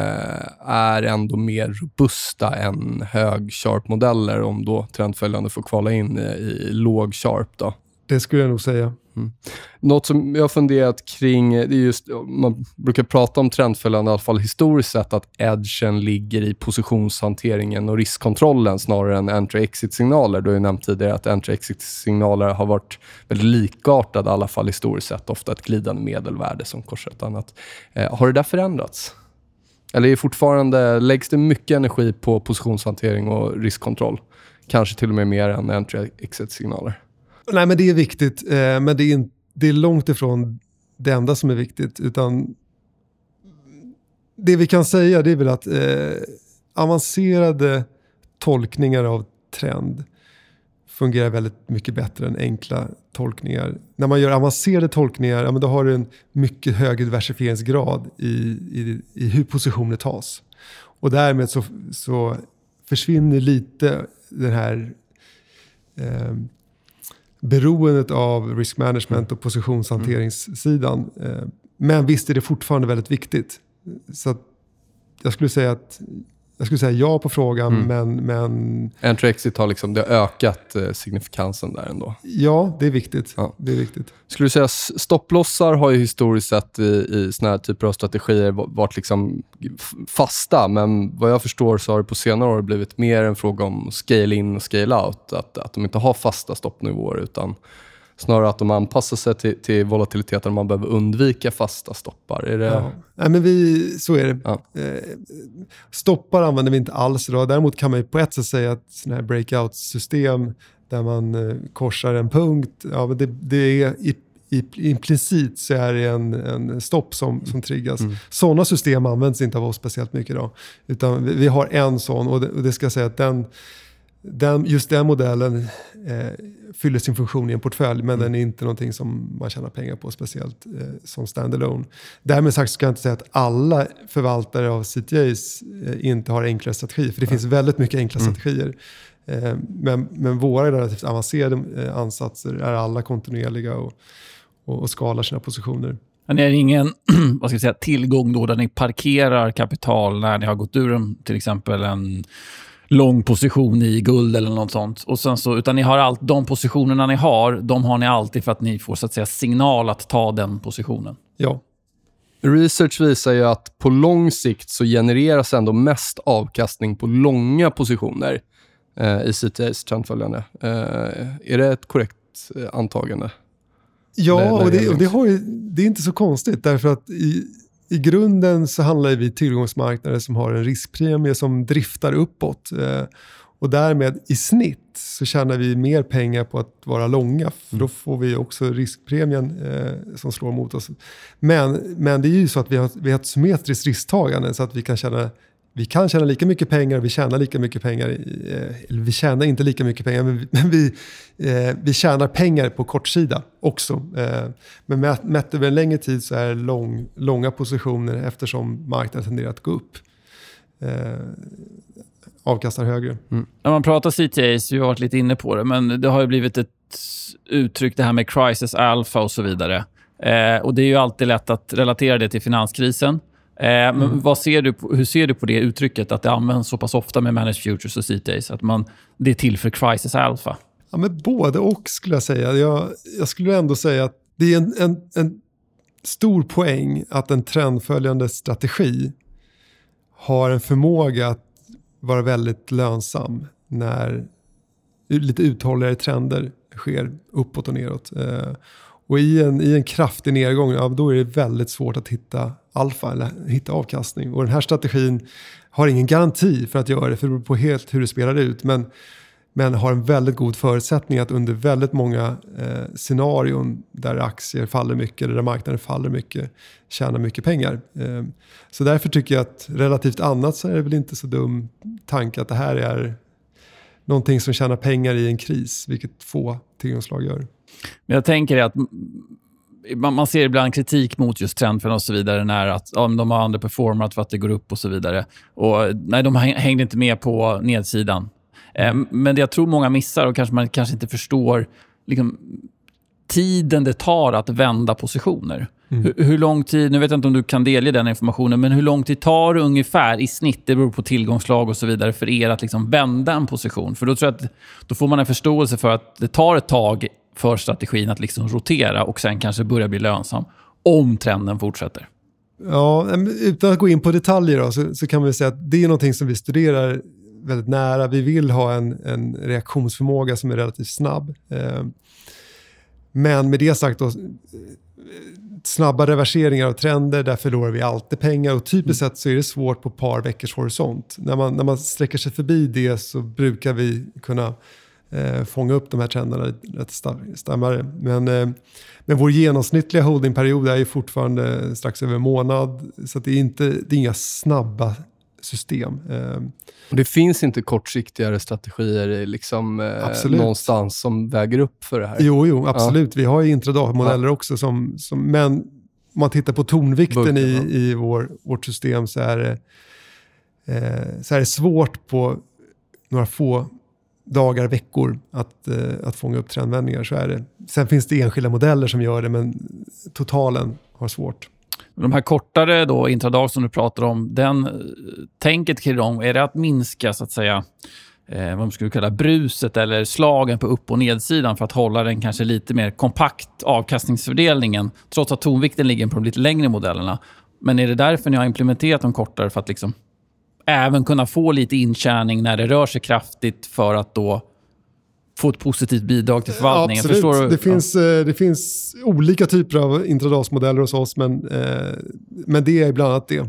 är ändå mer robusta än hög-sharp-modeller, om då trendföljande får kvala in i låg-sharp då? Det skulle jag nog säga. Något som jag har funderat kring, det är just, man brukar prata om trendföljande, i alla fall historiskt sett, att edgen ligger i positionshanteringen och riskkontrollen snarare än entry-exit-signaler. Du har ju nämnt tidigare att entry-exit-signaler har varit väldigt likartade, i alla fall historiskt sett, ofta ett glidande medelvärde som korsar ett annat. Har det där förändrats? Eller är fortfarande, läggs det mycket energi på positionshantering och riskkontroll? Kanske till och med mer än entry-exit-signaler? Nej, men det är viktigt, men det är långt ifrån det enda som är viktigt, utan det vi kan säga, det är väl att avancerade tolkningar av trend fungerar väldigt mycket bättre än enkla tolkningar. När man gör avancerade tolkningar, ja, men då har du en mycket högre diversifieringsgrad i hur positioner tas. Och därmed så försvinner lite den här beroendet av risk management och positionshanteringssidan. Men visst är det fortfarande väldigt viktigt. Så att jag skulle säga ja på frågan, men Enter exit har liksom, det har ökat signifikansen där ändå. Ja, det är viktigt. Ja. Det är viktigt. Skulle du säga stopplossar har ju historiskt sett i såna här typer av strategier varit liksom fasta, men vad jag förstår så har det på senare år blivit mer en fråga om scale in och scale out, att de inte har fasta stoppnivåer utan snarare att de anpassar sig till volatiliteten, man behöver undvika fasta stoppar. Är det... Ja. Nej, men så är det. Ja. Stoppar använder vi inte alls idag. Däremot kan man ju på ett sätt säga att sådana här breakout-system där man korsar en punkt, ja, men det är implicit så är det en stopp som triggas. Sådana system används inte av oss speciellt mycket idag. Utan vi har en sån, och det ska jag säga att just den modellen fyller sin funktion i en portfölj, men den är inte någonting som man tjänar pengar på speciellt som standalone. Därmed sagt ska jag inte säga att alla förvaltare av CTAs inte har enklare strategier, för det finns väldigt mycket enkla strategier. Men våra relativt avancerade ansatser är alla kontinuerliga och skalar sina positioner. Men är det ingen tillgång då där ni parkerar kapital när ni har gått ur till exempel en lång position i guld eller något sånt, och sen så, utan ni har de positionerna ni har, de har ni alltid för att ni får så att säga signal att ta den positionen? Ja. Research visar ju att på lång sikt så genereras ändå mest avkastning på långa positioner i CTAs trendföljande. Är det ett korrekt antagande? Ja, och det är inte så konstigt, därför att i grunden så handlar vi om tillgångsmarknader som har en riskpremie som driftar uppåt. Och därmed i snitt så tjänar vi mer pengar på att vara långa. För då får vi också riskpremien som slår mot oss. Men det är ju så att vi har ett symmetriskt risktagande så att vi kan tjäna lika mycket pengar, vi tjänar lika mycket pengar. Eller vi tjänar inte lika mycket pengar, men vi tjänar pengar på kortsida också. Men mätt över en längre tid så är det långa positioner eftersom marknaden tenderar att gå upp. Avkastar högre. När man pratar CTAs, vi har varit lite inne på det, men det har ju blivit ett uttryck det här med crisis alpha och så vidare. Och det är ju alltid lätt att relatera det till finanskrisen. Men hur ser du på det uttrycket att det används så pass ofta med managed futures och CTAs, att det är till för crisis alpha? Ja, men både och skulle jag säga. Jag skulle ändå säga att det är en stor poäng att en trendföljande strategi har en förmåga att vara väldigt lönsam när lite uthålligare trender sker uppåt och neråt. Och i en kraftig nedgång, ja, då är det väldigt svårt att hitta alfa eller hitta avkastning. Och den här strategin har ingen garanti för att göra det, för det beror på helt hur det spelar ut. Men har en väldigt god förutsättning att under väldigt många scenarion där aktier faller mycket eller där marknaden faller mycket, tjäna mycket pengar. Så därför tycker jag att relativt annat så är det väl inte så dum tanke att det här är någonting som tjänar pengar i en kris, vilket få tillgångslag gör. Men jag tänker att man ser ibland kritik mot just trendföljande och så vidare när att de har underperformat för att det går upp och så vidare. Och nej, de hängde inte med på nedsidan. Men det jag tror många missar, och man kanske inte förstår liksom, tiden det tar att vända positioner. Hur lång tid, nu vet jag inte om du kan delge den informationen, men hur lång tid tar det ungefär i snitt, det beror på tillgångslag och så vidare, för er att liksom vända en position? För då tror jag att då får man en förståelse för att det tar ett tag för strategin att liksom rotera och sen kanske börja bli lönsam om trenden fortsätter. Ja, utan att gå in på detaljer då, så kan man säga att det är någonting som vi studerar väldigt nära. Vi vill ha en reaktionsförmåga som är relativt snabb. Men med det sagt då, snabba reverseringar av trender, där förlorar vi alltid pengar, och typiskt sett så är det svårt på ett par veckors horisont. När man sträcker sig förbi det så brukar vi kunna fånga upp de här trenderna rätt snabbare. Men vår genomsnittliga holdingperiod är ju fortfarande strax över en månad. Så att det är inga snabba system. Och det finns inte kortsiktigare strategier liksom, någonstans som väger upp för det här? Jo, absolut. Vi har ju intradag-modeller också. Men om man tittar på tonvikten i vårt system så är det svårt på några få dagar, veckor att fånga upp trendvändningar. Så är det. Sen finns det enskilda modeller som gör det, men totalen har svårt. De här kortare då, intradag som du pratar om, tänket kring dem, är det att minska så att säga vad man skulle kalla bruset eller slagen på upp- och nedsidan för att hålla den kanske lite mer kompakt avkastningsfördelningen, trots att tonvikten ligger på de lite längre modellerna. Men är det därför ni har implementerat de kortare, för att liksom även kunna få lite intjäning när det rör sig kraftigt, för att då få ett positivt bidrag till förvaltningen? Absolut. Förstår du? Det finns olika typer av intradagsmodeller hos oss, men det är bland annat det.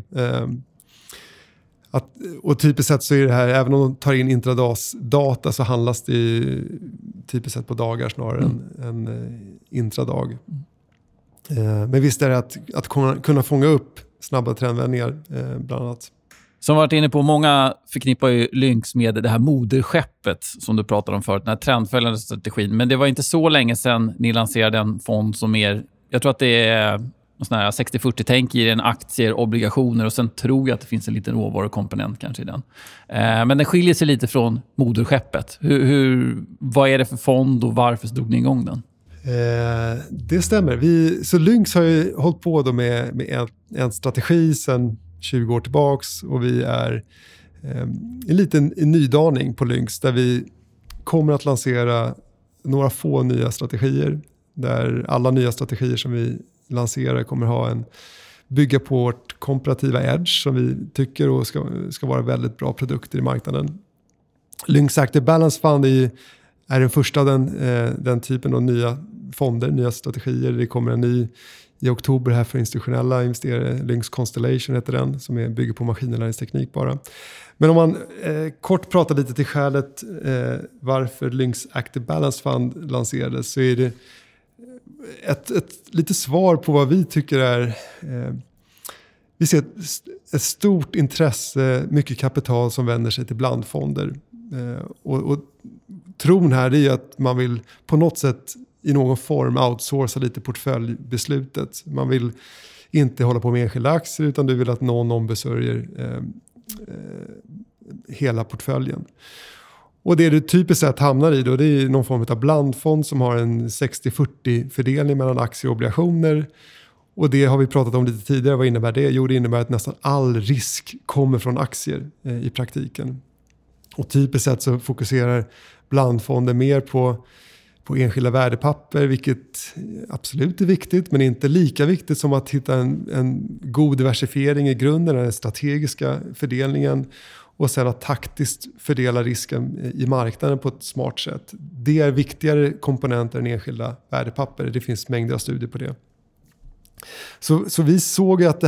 Och typiskt sett så är det här, även om de tar in intradagsdata, så handlas det ju typiskt sett på dagar snarare än intradag. Men visst är det att kunna fånga upp snabba trendvändningar bland annat. Som varit inne på, många förknippar ju Lynx med det här moderskeppet som du pratade om förut, den här trendföljande strategin. Men det var inte så länge sedan ni lanserade en fond som jag tror att det är sån här 60-40-tänk i den, aktier, obligationer, och sen tror jag att det finns en liten råvarukomponent kanske i den. Men den skiljer sig lite från moderskeppet. Vad är det för fond och varför drog ni igång den? Det stämmer. Så Lynx har ju hållit på då med en strategi sedan 20 år tillbaks, och vi är en liten nydaning på Lynx där vi kommer att lansera några få nya strategier, där alla nya strategier som vi lanserar kommer bygga på vårt komparativa edge som vi tycker och ska vara väldigt bra produkter i marknaden. Lynx Active Balance Fund är den första av den typen av nya fonder, nya strategier. Det kommer en ny i oktober här för institutionella investerare. Lynx Constellation heter den, som bygger på maskininlärningsteknik bara. Men om man kort pratar lite till skälet varför Lynx Active Balance Fund lanserades, så är det ett lite svar på vad vi tycker är... Vi ser ett stort intresse, mycket kapital som vänder sig till blandfonder. Och tron här är att man vill på något sätt i någon form outsourca lite portföljbeslutet. Man vill inte hålla på med enskilda aktier, utan du vill att någon ombesörjer hela portföljen. Och det du typiskt sett hamnar i då, det är någon form av blandfond som har en 60-40 fördelning mellan aktier och obligationer. Och det har vi pratat om lite tidigare. Vad innebär det? Jo, det innebär att nästan all risk kommer från aktier i praktiken. Och typiskt sett så fokuserar blandfonder mer på enskilda värdepapper, vilket absolut är viktigt, men inte lika viktigt som att hitta en god diversifiering i grunden, den strategiska fördelningen, och sen att taktiskt fördela risken i marknaden på ett smart sätt. Det är viktigare komponenter än enskilda värdepapper. Det finns mängder av studier på det. Så vi såg att det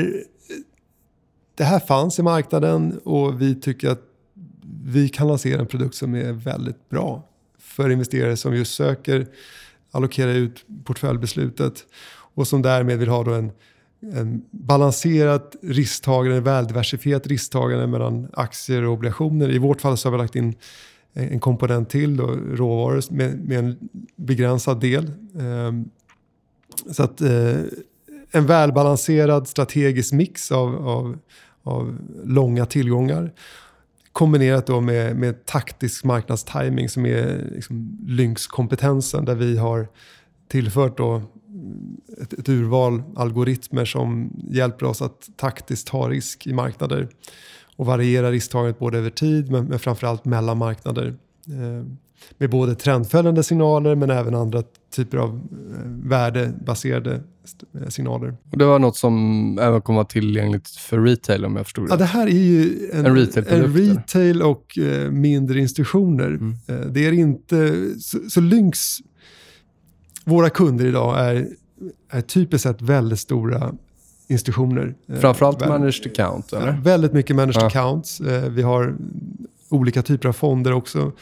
här fanns i marknaden, och vi tycker att vi kan lansera en produkt som är väldigt bra för investerare som just söker allokera ut portföljbeslutet, och som därmed vill ha då en balanserat risktagande, väldiversifierat risktagande mellan aktier och obligationer. I vårt fall så har vi lagt in en komponent till då, råvaror med en begränsad del. Så att en välbalanserad strategisk mix av långa tillgångar kombinerat då med taktisk marknadstiming som är liksom Lynx-kompetensen, där vi har tillfört då ett urval algoritmer som hjälper oss att taktiskt ta risk i marknader och variera risktagandet både över tid men framförallt mellan marknader. Med både trendföljande signaler men även andra typer av värdebaserade signaler. Och det var något som även kommer vara tillgängligt för retail, om jag förstod det. Ja, det här är ju en retail och mindre institutioner. Det är inte... Så Lynx, våra kunder idag är typiskt sett väldigt stora institutioner. Framförallt managed account, eller? Ja, väldigt mycket managed accounts. Vi har olika typer av fonder också.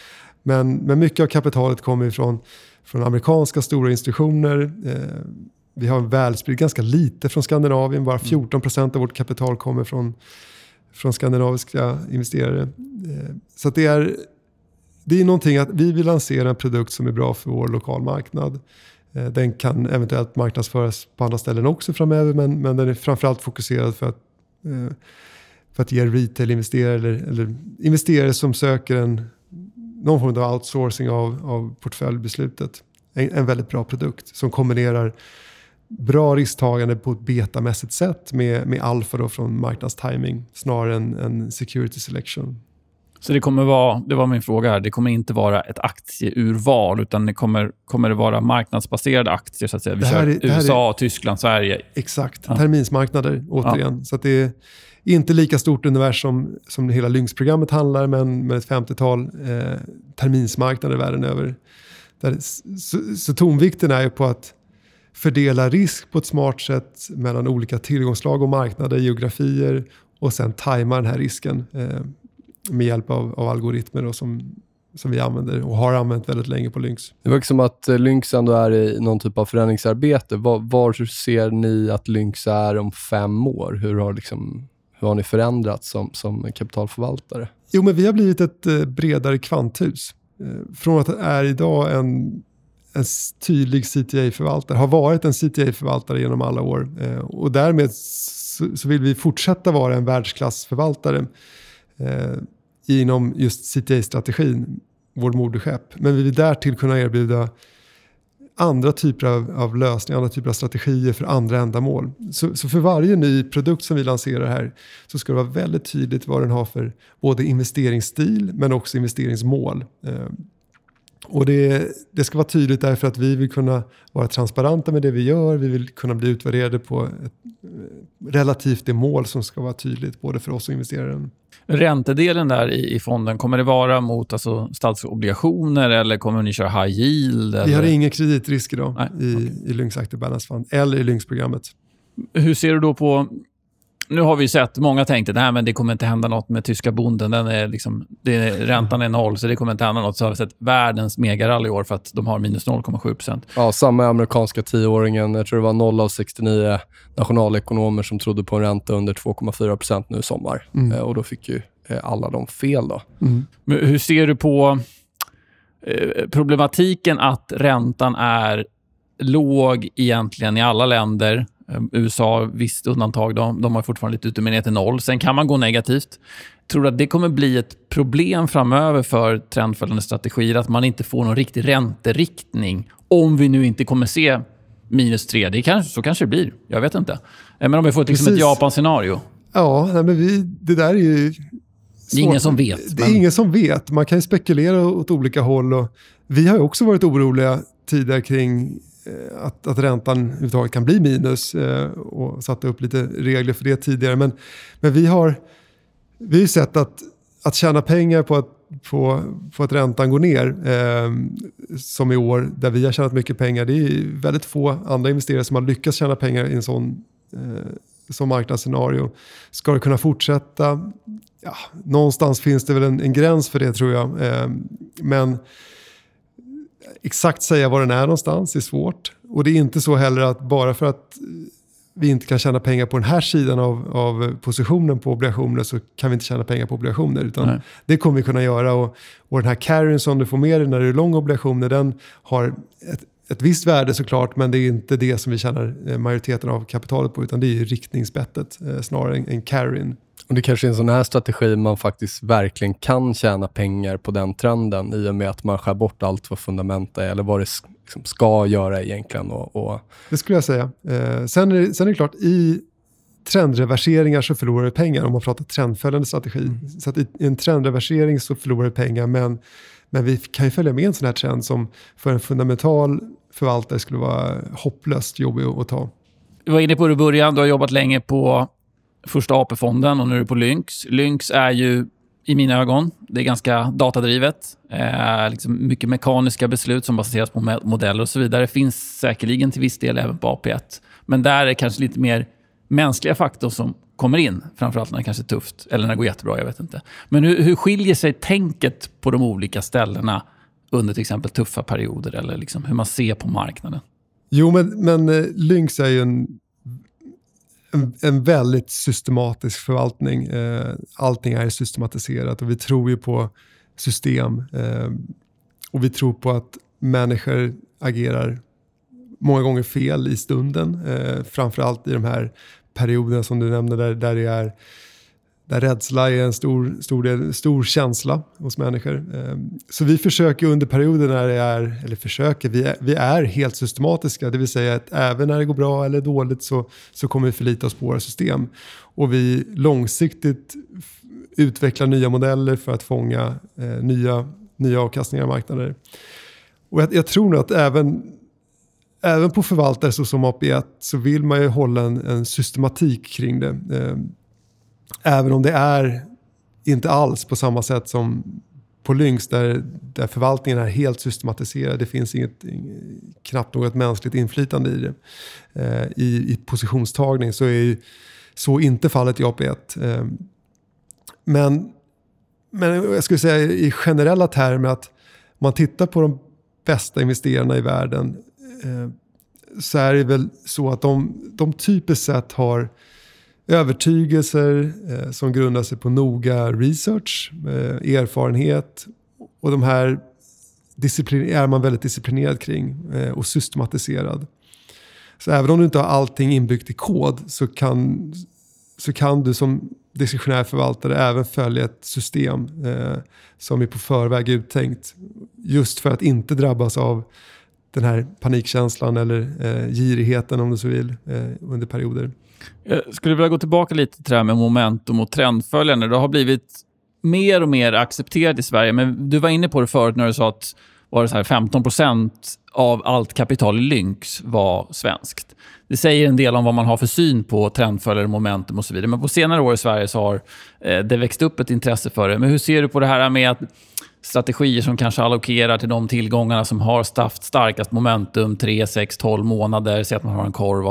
Men mycket av kapitalet kommer från amerikanska stora institutioner. Vi har en välspridd, ganska lite från Skandinavien. Bara 14% av vårt kapital kommer från skandinaviska investerare. Så att det är någonting att vi vill lansera en produkt som är bra för vår lokalmarknad. Den kan eventuellt marknadsföras på andra ställen också framöver, men den är framförallt fokuserad för att ge retail-investerare eller investerare som söker någon form av outsourcing av portföljbeslutet. En väldigt bra produkt som kombinerar bra risktagande på ett betamässigt sätt med alfa då från marknadstiming snarare än en security selection. Så det var min fråga här, det kommer inte vara ett aktieurval utan det kommer det vara marknadsbaserade aktier så att säga. Vi kör USA, Tyskland, Sverige. Exakt, terminsmarknader återigen. Ja. Så att det är inte lika stort universum som hela Lynx-programmet handlar, men med ett 50-tal terminsmarknader världen över. Så tonvikten är ju på att fördela risk på ett smart sätt mellan olika tillgångslag och marknader, geografier och sen tajma den här risken med hjälp av algoritmer då, som vi använder och har använt väldigt länge på Lynx. Det verkar som att Lynx ändå är i någon typ av förändringsarbete. Var ser ni att Lynx är om 5 år? Hur har ni förändrats som kapitalförvaltare? Jo, men vi har blivit ett bredare kvanthus. Från att det är idag en tydlig CTA-förvaltare, har varit en CTA-förvaltare genom alla år. Och därmed så vill vi fortsätta vara en världsklassförvaltare inom just CTA-strategin, vår moderskepp. Men vi vill därtill kunna erbjuda andra typer av lösningar, andra typer av strategier för andra ändamål. Så för varje ny produkt som vi lanserar här så ska det vara väldigt tydligt vad den har för både investeringsstil men också investeringsmål. Och det ska vara tydligt därför att vi vill kunna vara transparenta med det vi gör. Vi vill kunna bli utvärderade på relativt det mål som ska vara tydligt både för oss och investeraren. Räntedelen där i fonden, kommer det vara mot statsobligationer eller kommer ni köra high yield? Eller? Vi har ingen kreditrisk idag i Lynx Active Balance Fund eller i Lynx-programmet. Hur ser du då på... Nu har vi sett, många tänkte men det kommer inte hända något med tyska bonden. Räntan är 0 så det kommer inte hända något. Så har vi sett världens megarall i år för att de har minus 0,7%. Ja, samma amerikanska 10-åringen. Jag tror det var 0 av 69 nationalekonomer som trodde på en ränta under 2,4% nu i sommar. Och då fick ju alla de fel då. Men hur ser du på problematiken att räntan är låg egentligen i alla länder? USA, visst undantag, de har fortfarande lite utminhet till 0. Sen kan man gå negativt. Tror du att det kommer bli ett problem framöver för trendföljande strategier att man inte får någon riktig ränteriktning om vi nu inte kommer se minus 3? Så kanske det blir, jag vet inte. Men om vi får ett Japan-scenario. Ja, men det där är ju svårt. Det är ingen som vet. Det är ingen som vet. Man kan ju spekulera åt olika håll. Och vi har ju också varit oroliga tidigare kring att räntan överhuvudtaget kan bli minus och satte upp lite regler för det tidigare. Men vi har sett att tjäna pengar på att räntan går ner som i år där vi har tjänat mycket pengar. Det är väldigt få andra investerare som har lyckats tjäna pengar i en sån marknadsscenario. Ska det kunna fortsätta? Ja, någonstans finns det väl en gräns för det tror jag. Men exakt säga var den är någonstans är svårt. Och det är inte så heller att bara för att vi inte kan tjäna pengar på den här sidan av positionen på obligationer så kan vi inte tjäna pengar på obligationer. Utan det kommer vi kunna göra. Och den här carryn som du får med dig när det är långa obligationer, den har ett visst värde såklart, men det är inte det som vi tjänar majoriteten av kapitalet på, utan det är ju riktningsbettet snarare än carryn. Och det kanske är en sån här strategi man faktiskt verkligen kan tjäna pengar på den trenden i och med att man skär bort allt vad fundamenta är eller vad det liksom ska göra egentligen. Och... Det skulle jag säga. Sen är det klart, i trendreverseringar så förlorar det pengar om man pratar trendföljande strategi. Så att i en trendreversering så förlorar det pengar, men vi kan ju följa med en sån här trend som för en fundamental förvaltare skulle vara hopplöst jobbig att ta. Du var inne på det i början, du har jobbat länge på första AP-fonden och nu är du på Lynx. Lynx är ju i mina ögon, det är ganska datadrivet. Liksom mycket mekaniska beslut som baseras på modeller och så vidare. Det finns säkerligen till viss del även på AP1. Men där är det kanske lite mer mänskliga faktorn som kommer in, framförallt när det kanske är tufft eller när det går jättebra, jag vet inte. Men hur skiljer sig tänket på de olika ställena under till exempel tuffa perioder eller liksom hur man ser på marknaden? Jo, men Lynx är ju en väldigt systematisk förvaltning. Allting är systematiserat och vi tror ju på system. Och vi tror på att människor agerar många gånger fel i stunden. Framförallt i de här perioderna som du nämnde där rädsla är en stor känsla hos människor. Så vi försöker under perioder när det är, eller försöker, vi är helt systematiska. Det vill säga att även när det går bra eller dåligt så kommer vi förlita oss på våra system. Och vi långsiktigt utvecklar nya modeller för att fånga nya avkastningar av marknader. Och jag tror nog att även på förvaltare så som AP1 så vill man ju hålla en systematik kring det. Även om det är inte alls på samma sätt som på Lynx där förvaltningen är helt systematiserad. Det finns knappt något mänskligt inflytande i det. I positionstagning så är ju så inte fallet i AP1. Men jag skulle säga i generella termer att om man tittar på de bästa investerarna i världen så är det väl så att de typiskt sett har övertygelser som grundar sig på noga research, erfarenhet, och de här är man väldigt disciplinerad kring och systematiserad. Så även om du inte har allting inbyggt i kod så kan du som diskretionär förvaltare även följa ett system som är på förväg uttänkt, just för att inte drabbas av den här panikkänslan eller girigheten om du så vill under perioder. Jag skulle vilja gå tillbaka lite till det här med momentum och trendföljande. Det har blivit mer och mer accepterat i Sverige, men du var inne på det förut när du sa att var det så här 15% av allt kapital i Lynx var svenskt. Det säger en del om vad man har för syn på trendföljare, momentum och så vidare. Men på senare år i Sverige så har det växt upp ett intresse för det. Men hur ser du på det här med att strategier som kanske allokerar till de tillgångarna som har starkast momentum 3, 6, 12 månader. Säg att man har en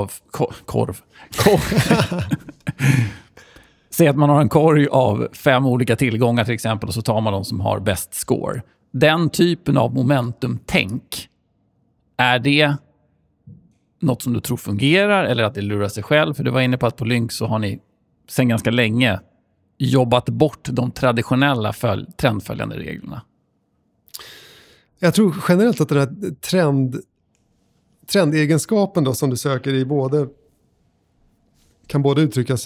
Säg att man har en korg av 5 olika tillgångar till exempel och så tar man de som har bäst score. Den typen av momentum-tänk, är det något som du tror fungerar eller att det lurar sig själv? För du var inne på att på Lynx så har ni sedan ganska länge jobbat bort de traditionella trendföljande reglerna. Jag tror generellt att den här trendegenskapen då, som du söker i kan både uttryckas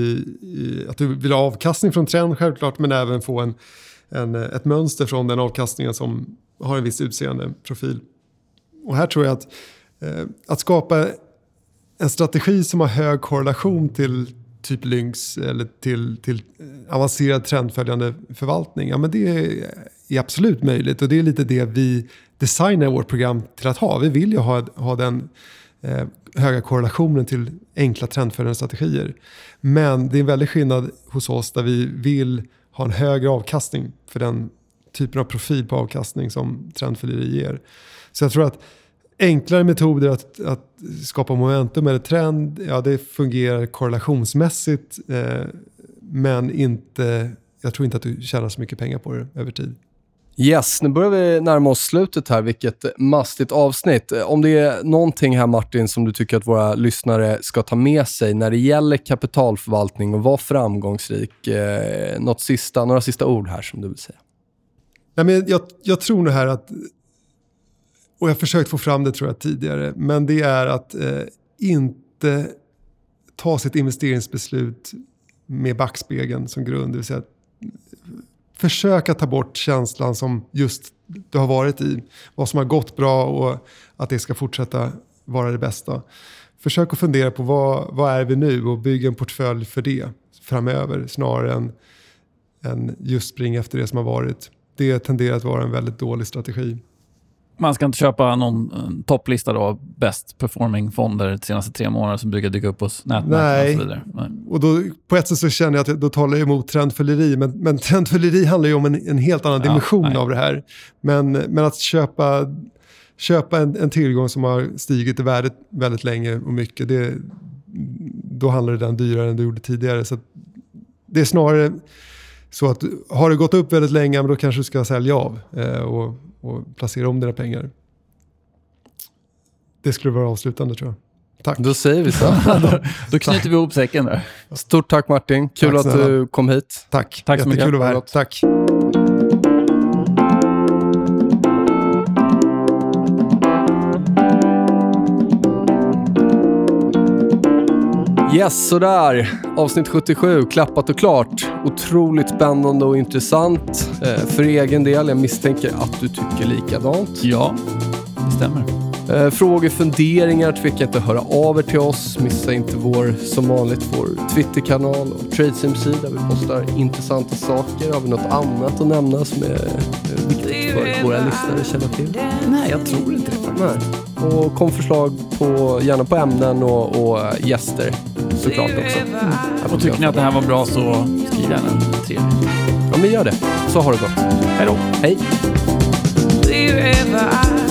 i att du vill ha avkastning från trend självklart, men även få ett mönster från den avkastningen som har en viss utseende profil. Och här tror jag att skapa en strategi som har hög korrelation till typ Lynx eller till avancerad trendföljande förvaltning, ja men det är absolut möjligt, och det är lite det vi designar vårt program till att ha. Vi vill ju ha den höga korrelationen till enkla trendföljande strategier. Men det är en väldig skillnad hos oss där vi vill ha en högre avkastning för den typen av profil på avkastning som trendföljeri ger. Så jag tror att enklare metoder att skapa momentum eller trend, ja det fungerar korrelationsmässigt, men jag tror inte att du tjänar så mycket pengar på det över tid. Yes, nu börjar vi närma oss slutet här. Vilket mastigt avsnitt. Om det är någonting här, Martin, som du tycker att våra lyssnare ska ta med sig när det gäller kapitalförvaltning och vara framgångsrik. Några sista ord här som du vill säga. Nej, men jag tror nu här att, och jag har försökt få fram det tror jag tidigare, men det är att inte ta sitt investeringsbeslut med backspegeln som grund. Det vill säga att försöka ta bort känslan som just du har varit i. Vad som har gått bra och att det ska fortsätta vara det bästa. Försök att fundera på vad är vi nu och bygga en portfölj för det framöver snarare än just springa efter det som har varit. Det tenderar att vara en väldigt dålig strategi. Man ska inte köpa någon topplista då av best performing fonder de senaste 3 månader som brukar dyka upp hos nätmarknaden och så vidare. Nej. Och då, på ett sätt så känner jag att då talar jag emot trendfölleri. Men trendfölleri handlar ju om en helt annan dimension av det här. Men att köpa en tillgång som har stigit i värdet väldigt länge och mycket, då handlar den dyrare än du gjorde tidigare. Så det är snarare så att har det gått upp väldigt länge, men då kanske du ska sälja av och placera om dina pengar. Det skulle vara avslutande, tror jag. Tack. Då säger vi så. Då knyter vi ihop säcken där. Stort tack Martin. Kul tack, att du kom hit. Tack. Tack så mycket. Jättekul att vara här. Tack. Yes, sådär. Avsnitt 77, klappat och klart. Otroligt spännande och intressant. För egen del, jag misstänker att du tycker likadant. Ja, det stämmer. Frågor, funderingar, tveka inte att höra av er till oss. Missa inte som vanligt vår Twitterkanal och TradeSim-sida där vi postar intressanta saker. Har vi något annat att nämna som är viktigt för våra lyssnare att känna till? Nej, jag tror inte det faktiskt. Nej. Och kom förslag gärna på ämnen och gäster såklart också. Och tycker ni att det här var bra så skriv gärna en trevlig. Ja, men gör det. Så har det gått. Hej då. Hej.